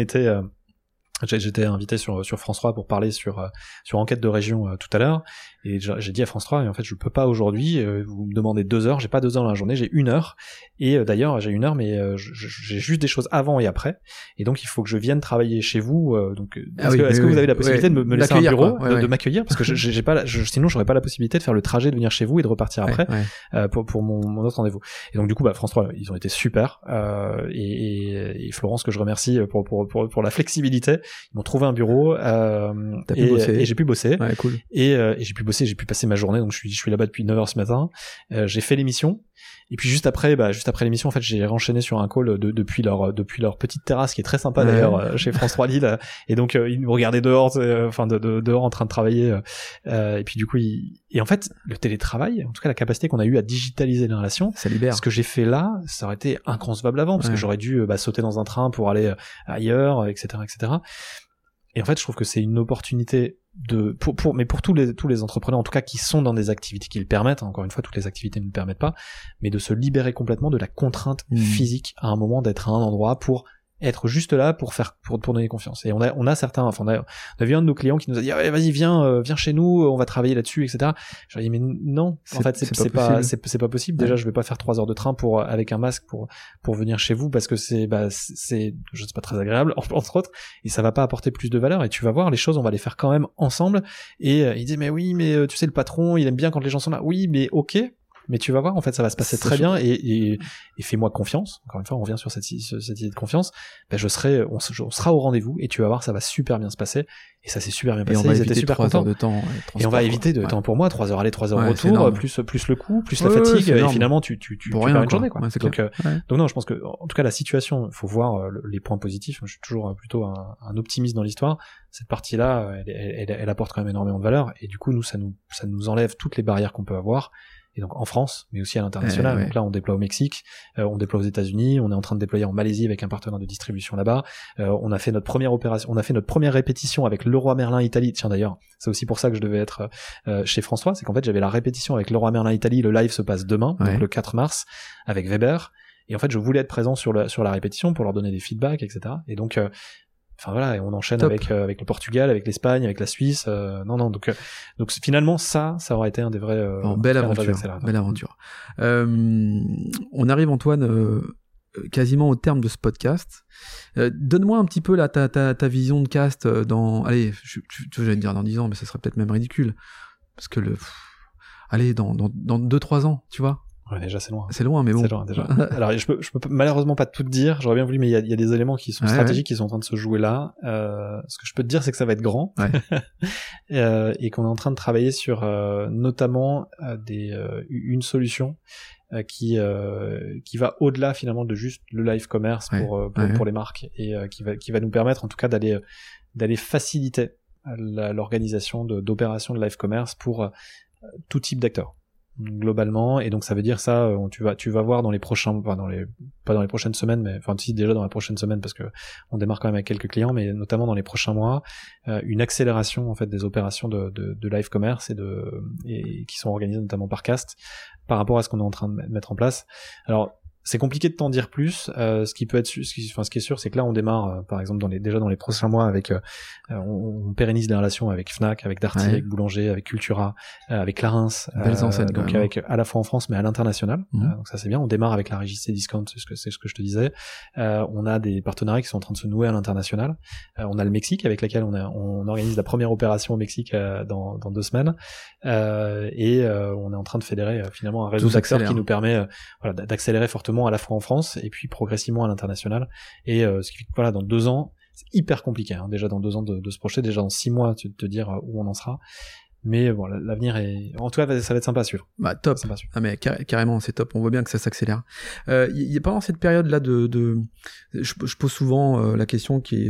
j'étais invité sur France 3 pour parler sur Enquête de région tout à l'heure, et j'ai dit à France 3, et en fait je peux pas aujourd'hui, vous me demandez 2 heures, j'ai pas 2 heures dans la journée, j'ai 1 heure, et d'ailleurs j'ai 1 heure, mais j'ai juste des choses avant et après, et donc il faut que je vienne travailler chez vous, donc est-ce que vous avez la possibilité de me laisser un bureau, de m'accueillir, parce que j'ai pas sinon j'aurais pas la possibilité de faire le trajet, de venir chez vous et de repartir après pour mon autre rendez-vous. Et donc du coup France 3 ils ont été super, et Florence, que je remercie pour la flexibilité, ils m'ont trouvé un bureau, et j'ai pu bosser. Ouais, cool. Et j'ai pu bosser, j'ai pu passer ma journée, donc je suis là-bas depuis 9h ce matin. J'ai fait l'émission, et puis juste après l'émission, en fait, j'ai enchaîné sur un call depuis leur petite terrasse qui est très sympa d'ailleurs, chez France 3 Lille, et donc ils nous regardaient dehors, dehors en train de travailler, et puis du coup et en fait le télétravail, en tout cas la capacité qu'on a eu à digitaliser les relations, ça libère. Ce que j'ai fait là, ça aurait été inconcevable avant, parce que j'aurais dû sauter dans un train pour aller ailleurs, etc. Et en fait, je trouve que c'est une opportunité pour tous les entrepreneurs, en tout cas, qui sont dans des activités qui le permettent. Encore une fois, toutes les activités ne le permettent pas, mais de se libérer complètement de la contrainte physique à un moment, d'être à un endroit pour être juste là pour donner confiance. Et on a certains, enfin on a vu un de nos clients qui nous a dit vas-y viens chez nous, on va travailler là-dessus, etc. Je lui ai dit mais non, en fait c'est pas possible. Déjà je vais pas faire 3 heures de train avec un masque pour venir chez vous parce que c'est je sais pas très agréable entre autres, et ça va pas apporter plus de valeur. Et tu vas voir, les choses on va les faire quand même ensemble. Et il dit mais oui mais tu sais le patron il aime bien quand les gens sont là. Oui mais ok. Mais tu vas voir, en fait, ça va se passer très bien et fais-moi confiance. Encore une fois, on revient sur cette idée de confiance. Ben, on sera au rendez-vous et tu vas voir, ça va super bien se passer. Et ça s'est super bien passé. Ils étaient super contents. De temps, et on va éviter de temps pour moi, 3 heures aller, 3 heures retour, plus le coût, plus la fatigue. Et finalement, tu perds une journée, quoi. Donc non, je pense que, en tout cas, la situation, faut voir les points positifs. Je suis toujours plutôt un optimiste dans l'histoire. Cette partie-là, elle apporte quand même énormément de valeur. Et du coup, nous, ça nous enlève toutes les barrières qu'on peut avoir. Et donc en France, mais aussi à l'international. Donc là, on déploie au Mexique, on déploie aux États-Unis, on est en train de déployer en Malaisie avec un partenaire de distribution là-bas. On a fait notre première opération, on a fait notre première répétition avec Leroy Merlin Italie. Tiens d'ailleurs, c'est aussi pour ça que je devais être chez François, c'est qu'en fait j'avais la répétition avec Leroy Merlin Italie. Le live se passe demain, donc le 4 mars, avec Weber. Et en fait, je voulais être présent sur la répétition pour leur donner des feedbacks, etc. Et donc enfin voilà, et on enchaîne avec le Portugal, avec l'Espagne, avec la Suisse. Donc finalement ça aurait été un des vrais belle aventure. On arrive, Antoine, quasiment au terme de ce podcast. Donne-moi un petit peu là ta vision de cast dans j'allais dire dans 10 ans, mais ça serait peut-être même ridicule parce que dans 2-3 ans, tu vois. Ouais, déjà c'est loin. C'est loin, mais bon. C'est loin déjà. Alors je peux malheureusement pas tout te dire. J'aurais bien voulu, mais il y a des éléments qui sont stratégiques qui sont en train de se jouer là. Ce que je peux te dire, c'est que ça va être grand et qu'on est en train de travailler sur notamment une solution qui va au-delà finalement de juste le live commerce pour les marques et qui va nous permettre en tout cas d'aller faciliter l'organisation d'opérations de live commerce pour tout type d'acteurs. Globalement, et donc ça veut dire ça, tu vas voir dans les prochains, pas dans les prochaines semaines, mais enfin si déjà dans la prochaine semaine parce que on démarre quand même avec quelques clients, mais notamment dans les prochains mois, une accélération en fait des opérations de live commerce et qui sont organisées notamment par Cast par rapport à ce qu'on est en train de mettre en place. Alors c'est compliqué de t'en dire plus. Ce qui est sûr, c'est que là, on démarre, par exemple, déjà dans les prochains mois avec, on pérennise des relations avec Fnac, avec Darty, avec Boulanger, avec Cultura, avec Clarins, belles enseignes, donc avec à la fois en France mais à l'international. Donc ça c'est bien. On démarre avec la régie Cdiscount, c'est ce que je te disais. On a des partenariats qui sont en train de se nouer à l'international. On a le Mexique avec lequel on organise la première opération au Mexique dans 2 semaines. Et on est en train de fédérer finalement un réseau d'acteurs qui nous permet d'accélérer fortement à la fois en France et puis progressivement à l'international. Et ce qui fait que dans 2 ans, c'est hyper compliqué. Déjà dans 2 ans de se projeter, déjà dans 6 mois, tu te dire où on en sera. Mais bon, l'avenir est, en tout cas, ça va être sympa à suivre. Bah top. Sympa à suivre. Ah mais carrément, c'est top. On voit bien que ça s'accélère. Il y a pendant cette période là je pose souvent la question qui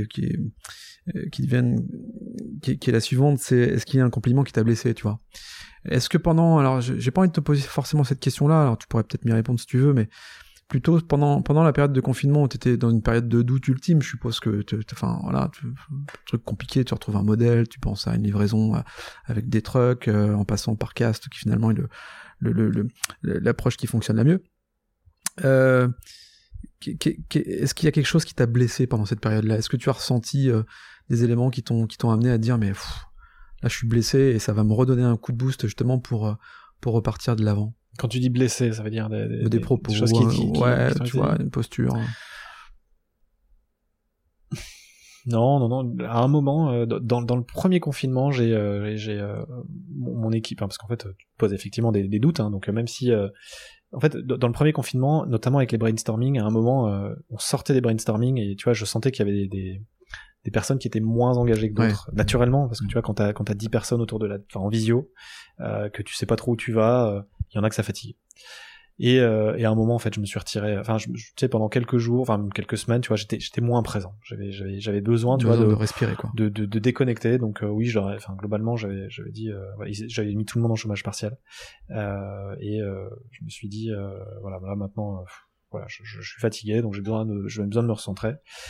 est la suivante, c'est est-ce qu'il y a un compliment qui t'a blessé, tu vois? Est-ce que alors j'ai pas envie de te poser forcément cette question-là, alors tu pourrais peut-être m'y répondre si tu veux, mais plutôt pendant la période de confinement où t'étais dans une période de doute ultime, je suppose que truc compliqué, tu retrouves un modèle, tu penses à une livraison avec des trucks en passant par Cast qui finalement est l'approche qui fonctionne la mieux. Est-ce qu'il y a quelque chose qui t'a blessé pendant cette période-là? Est-ce que tu as ressenti des éléments qui t'ont amené à te dire mais là je suis blessé et ça va me redonner un coup de boost justement pour repartir de l'avant? Quand tu dis blessé, ça veut dire des propos, des choses qui tu vois, une posture. Non. À un moment, dans le premier confinement, j'ai mon équipe, parce qu'en fait, tu te poses effectivement des doutes. Donc même si, en fait, dans le premier confinement, notamment avec les brainstorming, à un moment, on sortait des brainstorming et tu vois, je sentais qu'il y avait des personnes qui étaient moins engagées que d'autres, naturellement, parce que tu vois, quand t'as 10 personnes autour en visio, que tu sais pas trop où tu vas, il y en a que ça fatigue. Et à un moment, en fait, je me suis retiré, tu sais, pendant quelques jours, quelques semaines, tu vois, j'étais moins présent. J'avais besoin, tu vois, de respirer, quoi. De déconnecter. Donc, oui, globalement, j'avais dit, j'avais mis tout le monde en chômage partiel. Et je me suis dit, là, maintenant, je suis fatigué, donc j'ai besoin de me recentrer.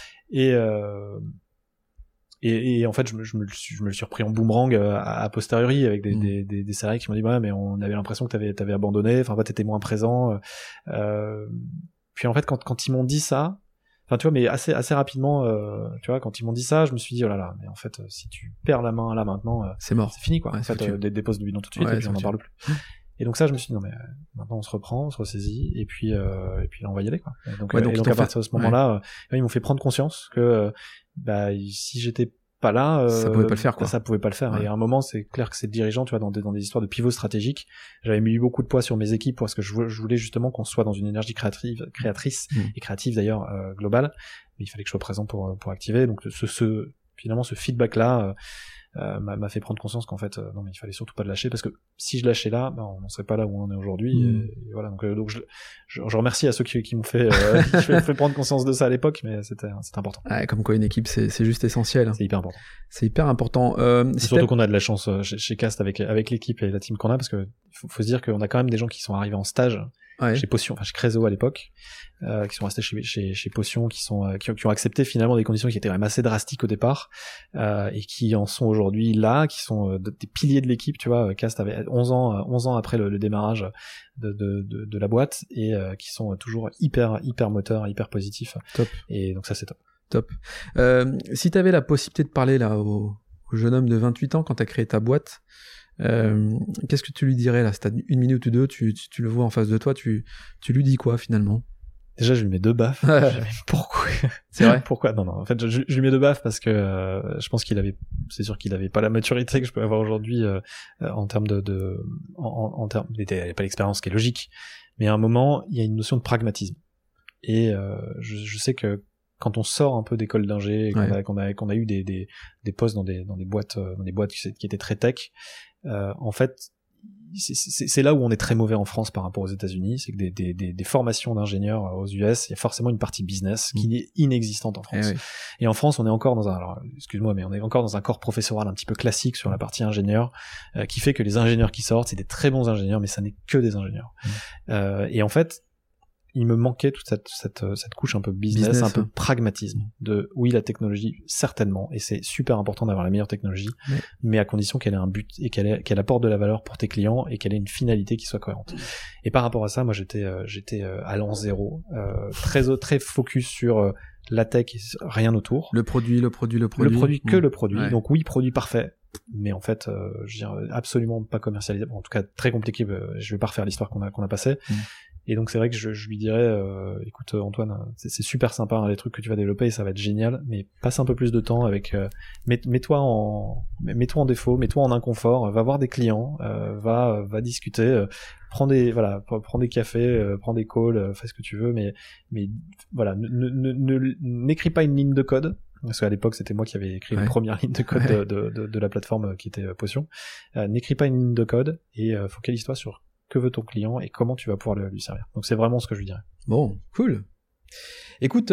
Et en fait, je me le suis repris en boomerang a posteriori avec des salariés qui m'ont dit ouais, mais on avait l'impression que t'avais abandonné, t'étais moins présent. Puis en fait, quand ils m'ont dit ça, Enfin, tu vois, mais assez rapidement, tu vois, quand ils m'ont dit ça, je me suis dit, oh là là, mais en fait, si tu perds la main là maintenant, c'est mort. C'est fini, quoi. Ouais, en fait, dépose le bidon tout de suite, Ouais, et puis on n'en parle plus. Et donc ça, je me suis dit, non, mais maintenant on se reprend, on se ressaisit, et puis là, on va y aller, quoi. Et donc, à partir de ce moment-là, ils m'ont fait prendre conscience que, si j'étais pas là, ça pouvait pas le faire, quoi. Ça pouvait pas le faire. Ouais. Et à un moment, c'est clair que c'est le dirigeant, tu vois, dans des histoires de pivot stratégique. J'avais mis beaucoup de poids sur mes équipes parce que je voulais justement qu'on soit dans une énergie créatrice et créative d'ailleurs, globale. Mais il fallait que je sois présent pour activer. Donc finalement, ce feedback-là, m'a fait prendre conscience qu'en fait non, mais il fallait surtout pas le lâcher, parce que si je lâchais là, on n'en serait pas là où on en est aujourd'hui. Et voilà, donc je remercie à ceux qui m'ont fait fait prendre conscience de ça à l'époque, mais c'était important. Ouais, comme quoi une équipe c'est juste essentiel. C'est hyper important. C'est hyper important. Surtout qu'on a de la chance chez Cast avec l'équipe et la team qu'on a, parce que faut se dire qu'on a quand même des gens qui sont arrivés en stage chez Potion, enfin chez Crezo à l'époque, qui sont restés chez Potion, qui ont accepté finalement des conditions qui étaient même assez drastiques au départ, et qui en sont aujourd'hui là, qui sont des piliers de l'équipe, tu vois. Cast avait 11 ans après le démarrage de la boîte, et qui sont toujours hyper moteurs, hyper positifs. Top. Et donc ça, c'est top. Top. Si t'avais la possibilité de parler là au jeune homme de 28 ans quand t'as créé ta boîte, qu'est-ce que tu lui dirais là? Si t'as une minute ou deux, tu le vois en face de toi, tu lui dis quoi finalement? Déjà, je lui mets 2 baffes. Pourquoi? C'est vrai? Pourquoi? Non. En fait, je lui mets 2 baffes parce que je pense c'est sûr qu'il avait pas la maturité que je peux avoir aujourd'hui en termes il avait pas l'expérience qui est logique. Mais à un moment, il y a une notion de pragmatisme. Et je sais que quand on sort un peu d'école d'ingé, qu'on a eu des postes dans des boîtes qui étaient très tech, en fait, c'est là où on est très mauvais en France par rapport aux États-Unis, c'est que des formations d'ingénieurs aux US, il y a forcément une partie business qui est inexistante en France. Et en France, on est encore on est encore dans un corps professoral un petit peu classique sur la partie ingénieur, qui fait que les ingénieurs qui sortent, c'est des très bons ingénieurs, mais ça n'est que des ingénieurs. Et en fait, il me manquait toute cette couche un peu business, un peu pragmatisme de oui, la technologie certainement, et c'est super important d'avoir la meilleure technologie, mais à condition qu'elle ait un but et qu'elle apporte de la valeur pour tes clients et qu'elle ait une finalité qui soit cohérente. Et par rapport à ça, moi j'étais à l'an zéro, très focus sur la tech et rien autour. Le produit. Le produit. Ouais. Donc oui, produit parfait. Mais en fait, je veux dire, absolument pas commercialisable. En tout cas, très compliqué. Je vais pas refaire l'histoire qu'on a passée. Et donc c'est vrai que je lui dirais, écoute Antoine, c'est super sympa les trucs que tu vas développer et ça va être génial, mais passe un peu plus de temps avec, mets-toi en défaut, mets-toi en inconfort, va voir des clients, va discuter, prends des cafés, prends des calls, fais ce que tu veux, mais voilà, n'écris pas une ligne de code. Parce qu'à l'époque, c'était moi qui avais écrit une première ligne de code de la plateforme qui était Potion. N'écris pas une ligne de code et focalise-toi sur que veut ton client et comment tu vas pouvoir lui servir. Donc c'est vraiment ce que je lui dirais. Bon, cool. Écoute,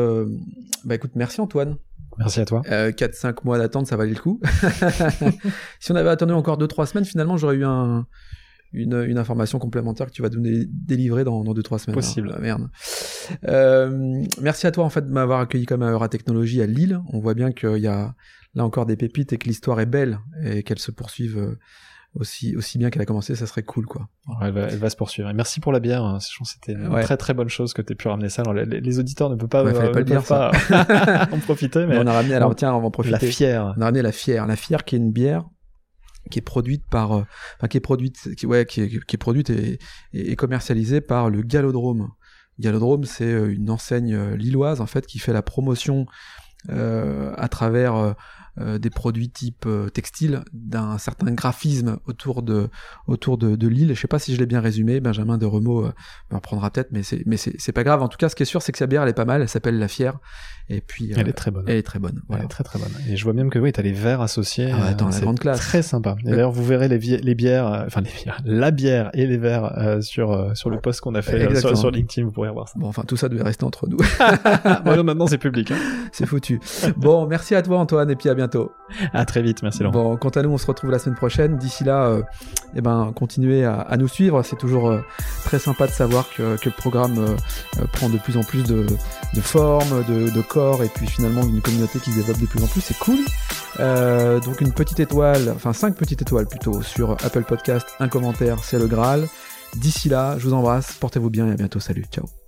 merci Antoine. Merci à toi. 4-5 mois d'attente, ça valait le coup. Si on avait attendu encore 2-3 semaines, finalement, j'aurais eu une information complémentaire que tu vas délivrer dans 2-3 semaines. Possible. Merde. Merci à toi en fait de m'avoir accueilli comme à Eura Technologies à Lille. On voit bien qu'il y a là encore des pépites et que l'histoire est belle et qu'elle se poursuive aussi bien qu'elle a commencé. Ça serait cool quoi. Ouais, elle va se poursuivre. Et merci pour la bière. Hein. Je pense que c'était une très très bonne chose que tu aies pu ramener ça. Alors, les auditeurs ne peuvent pas, en profiter, mais on a ramené. Alors tiens, on va en profiter. La Fière. On a ramené la Fière. La Fière qui est une bière qui est produite qui est produite et commercialisée par le Galodrome. Galodrome, c'est une enseigne lilloise en fait qui fait la promotion à travers des produits type textile d'un certain graphisme autour de l'île. Je sais pas si je l'ai bien résumé, Benjamin de Remaux me reprendra peut-être, mais c'est pas grave. En tout cas, ce qui est sûr, c'est que sa bière elle est pas mal, elle s'appelle La Fière et puis elle est très bonne. Elle est très bonne. Voilà. Elle est très très bonne. Et je vois même que t'as les verres associés. Attends, la grande classe. Très sympa. Et d'ailleurs, vous verrez la bière et les verres sur le post qu'on a fait sur LinkedIn, vous pourrez voir ça. Bon, enfin tout ça devait rester entre nous. Bon, maintenant c'est public. Hein. C'est foutu. Bon, merci à toi Antoine et puis à bientôt. À très vite, merci Laurent. Bon, quant à nous, on se retrouve la semaine prochaine. D'ici là, continuez à nous suivre. C'est toujours très sympa de savoir que le programme prend de plus en plus de forme, de corps, et puis finalement une communauté qui se développe de plus en plus. C'est cool. Donc une petite étoile, enfin 5 petites étoiles plutôt sur Apple Podcast, un commentaire, c'est le Graal. D'ici là, je vous embrasse, portez-vous bien et à bientôt. Salut, ciao.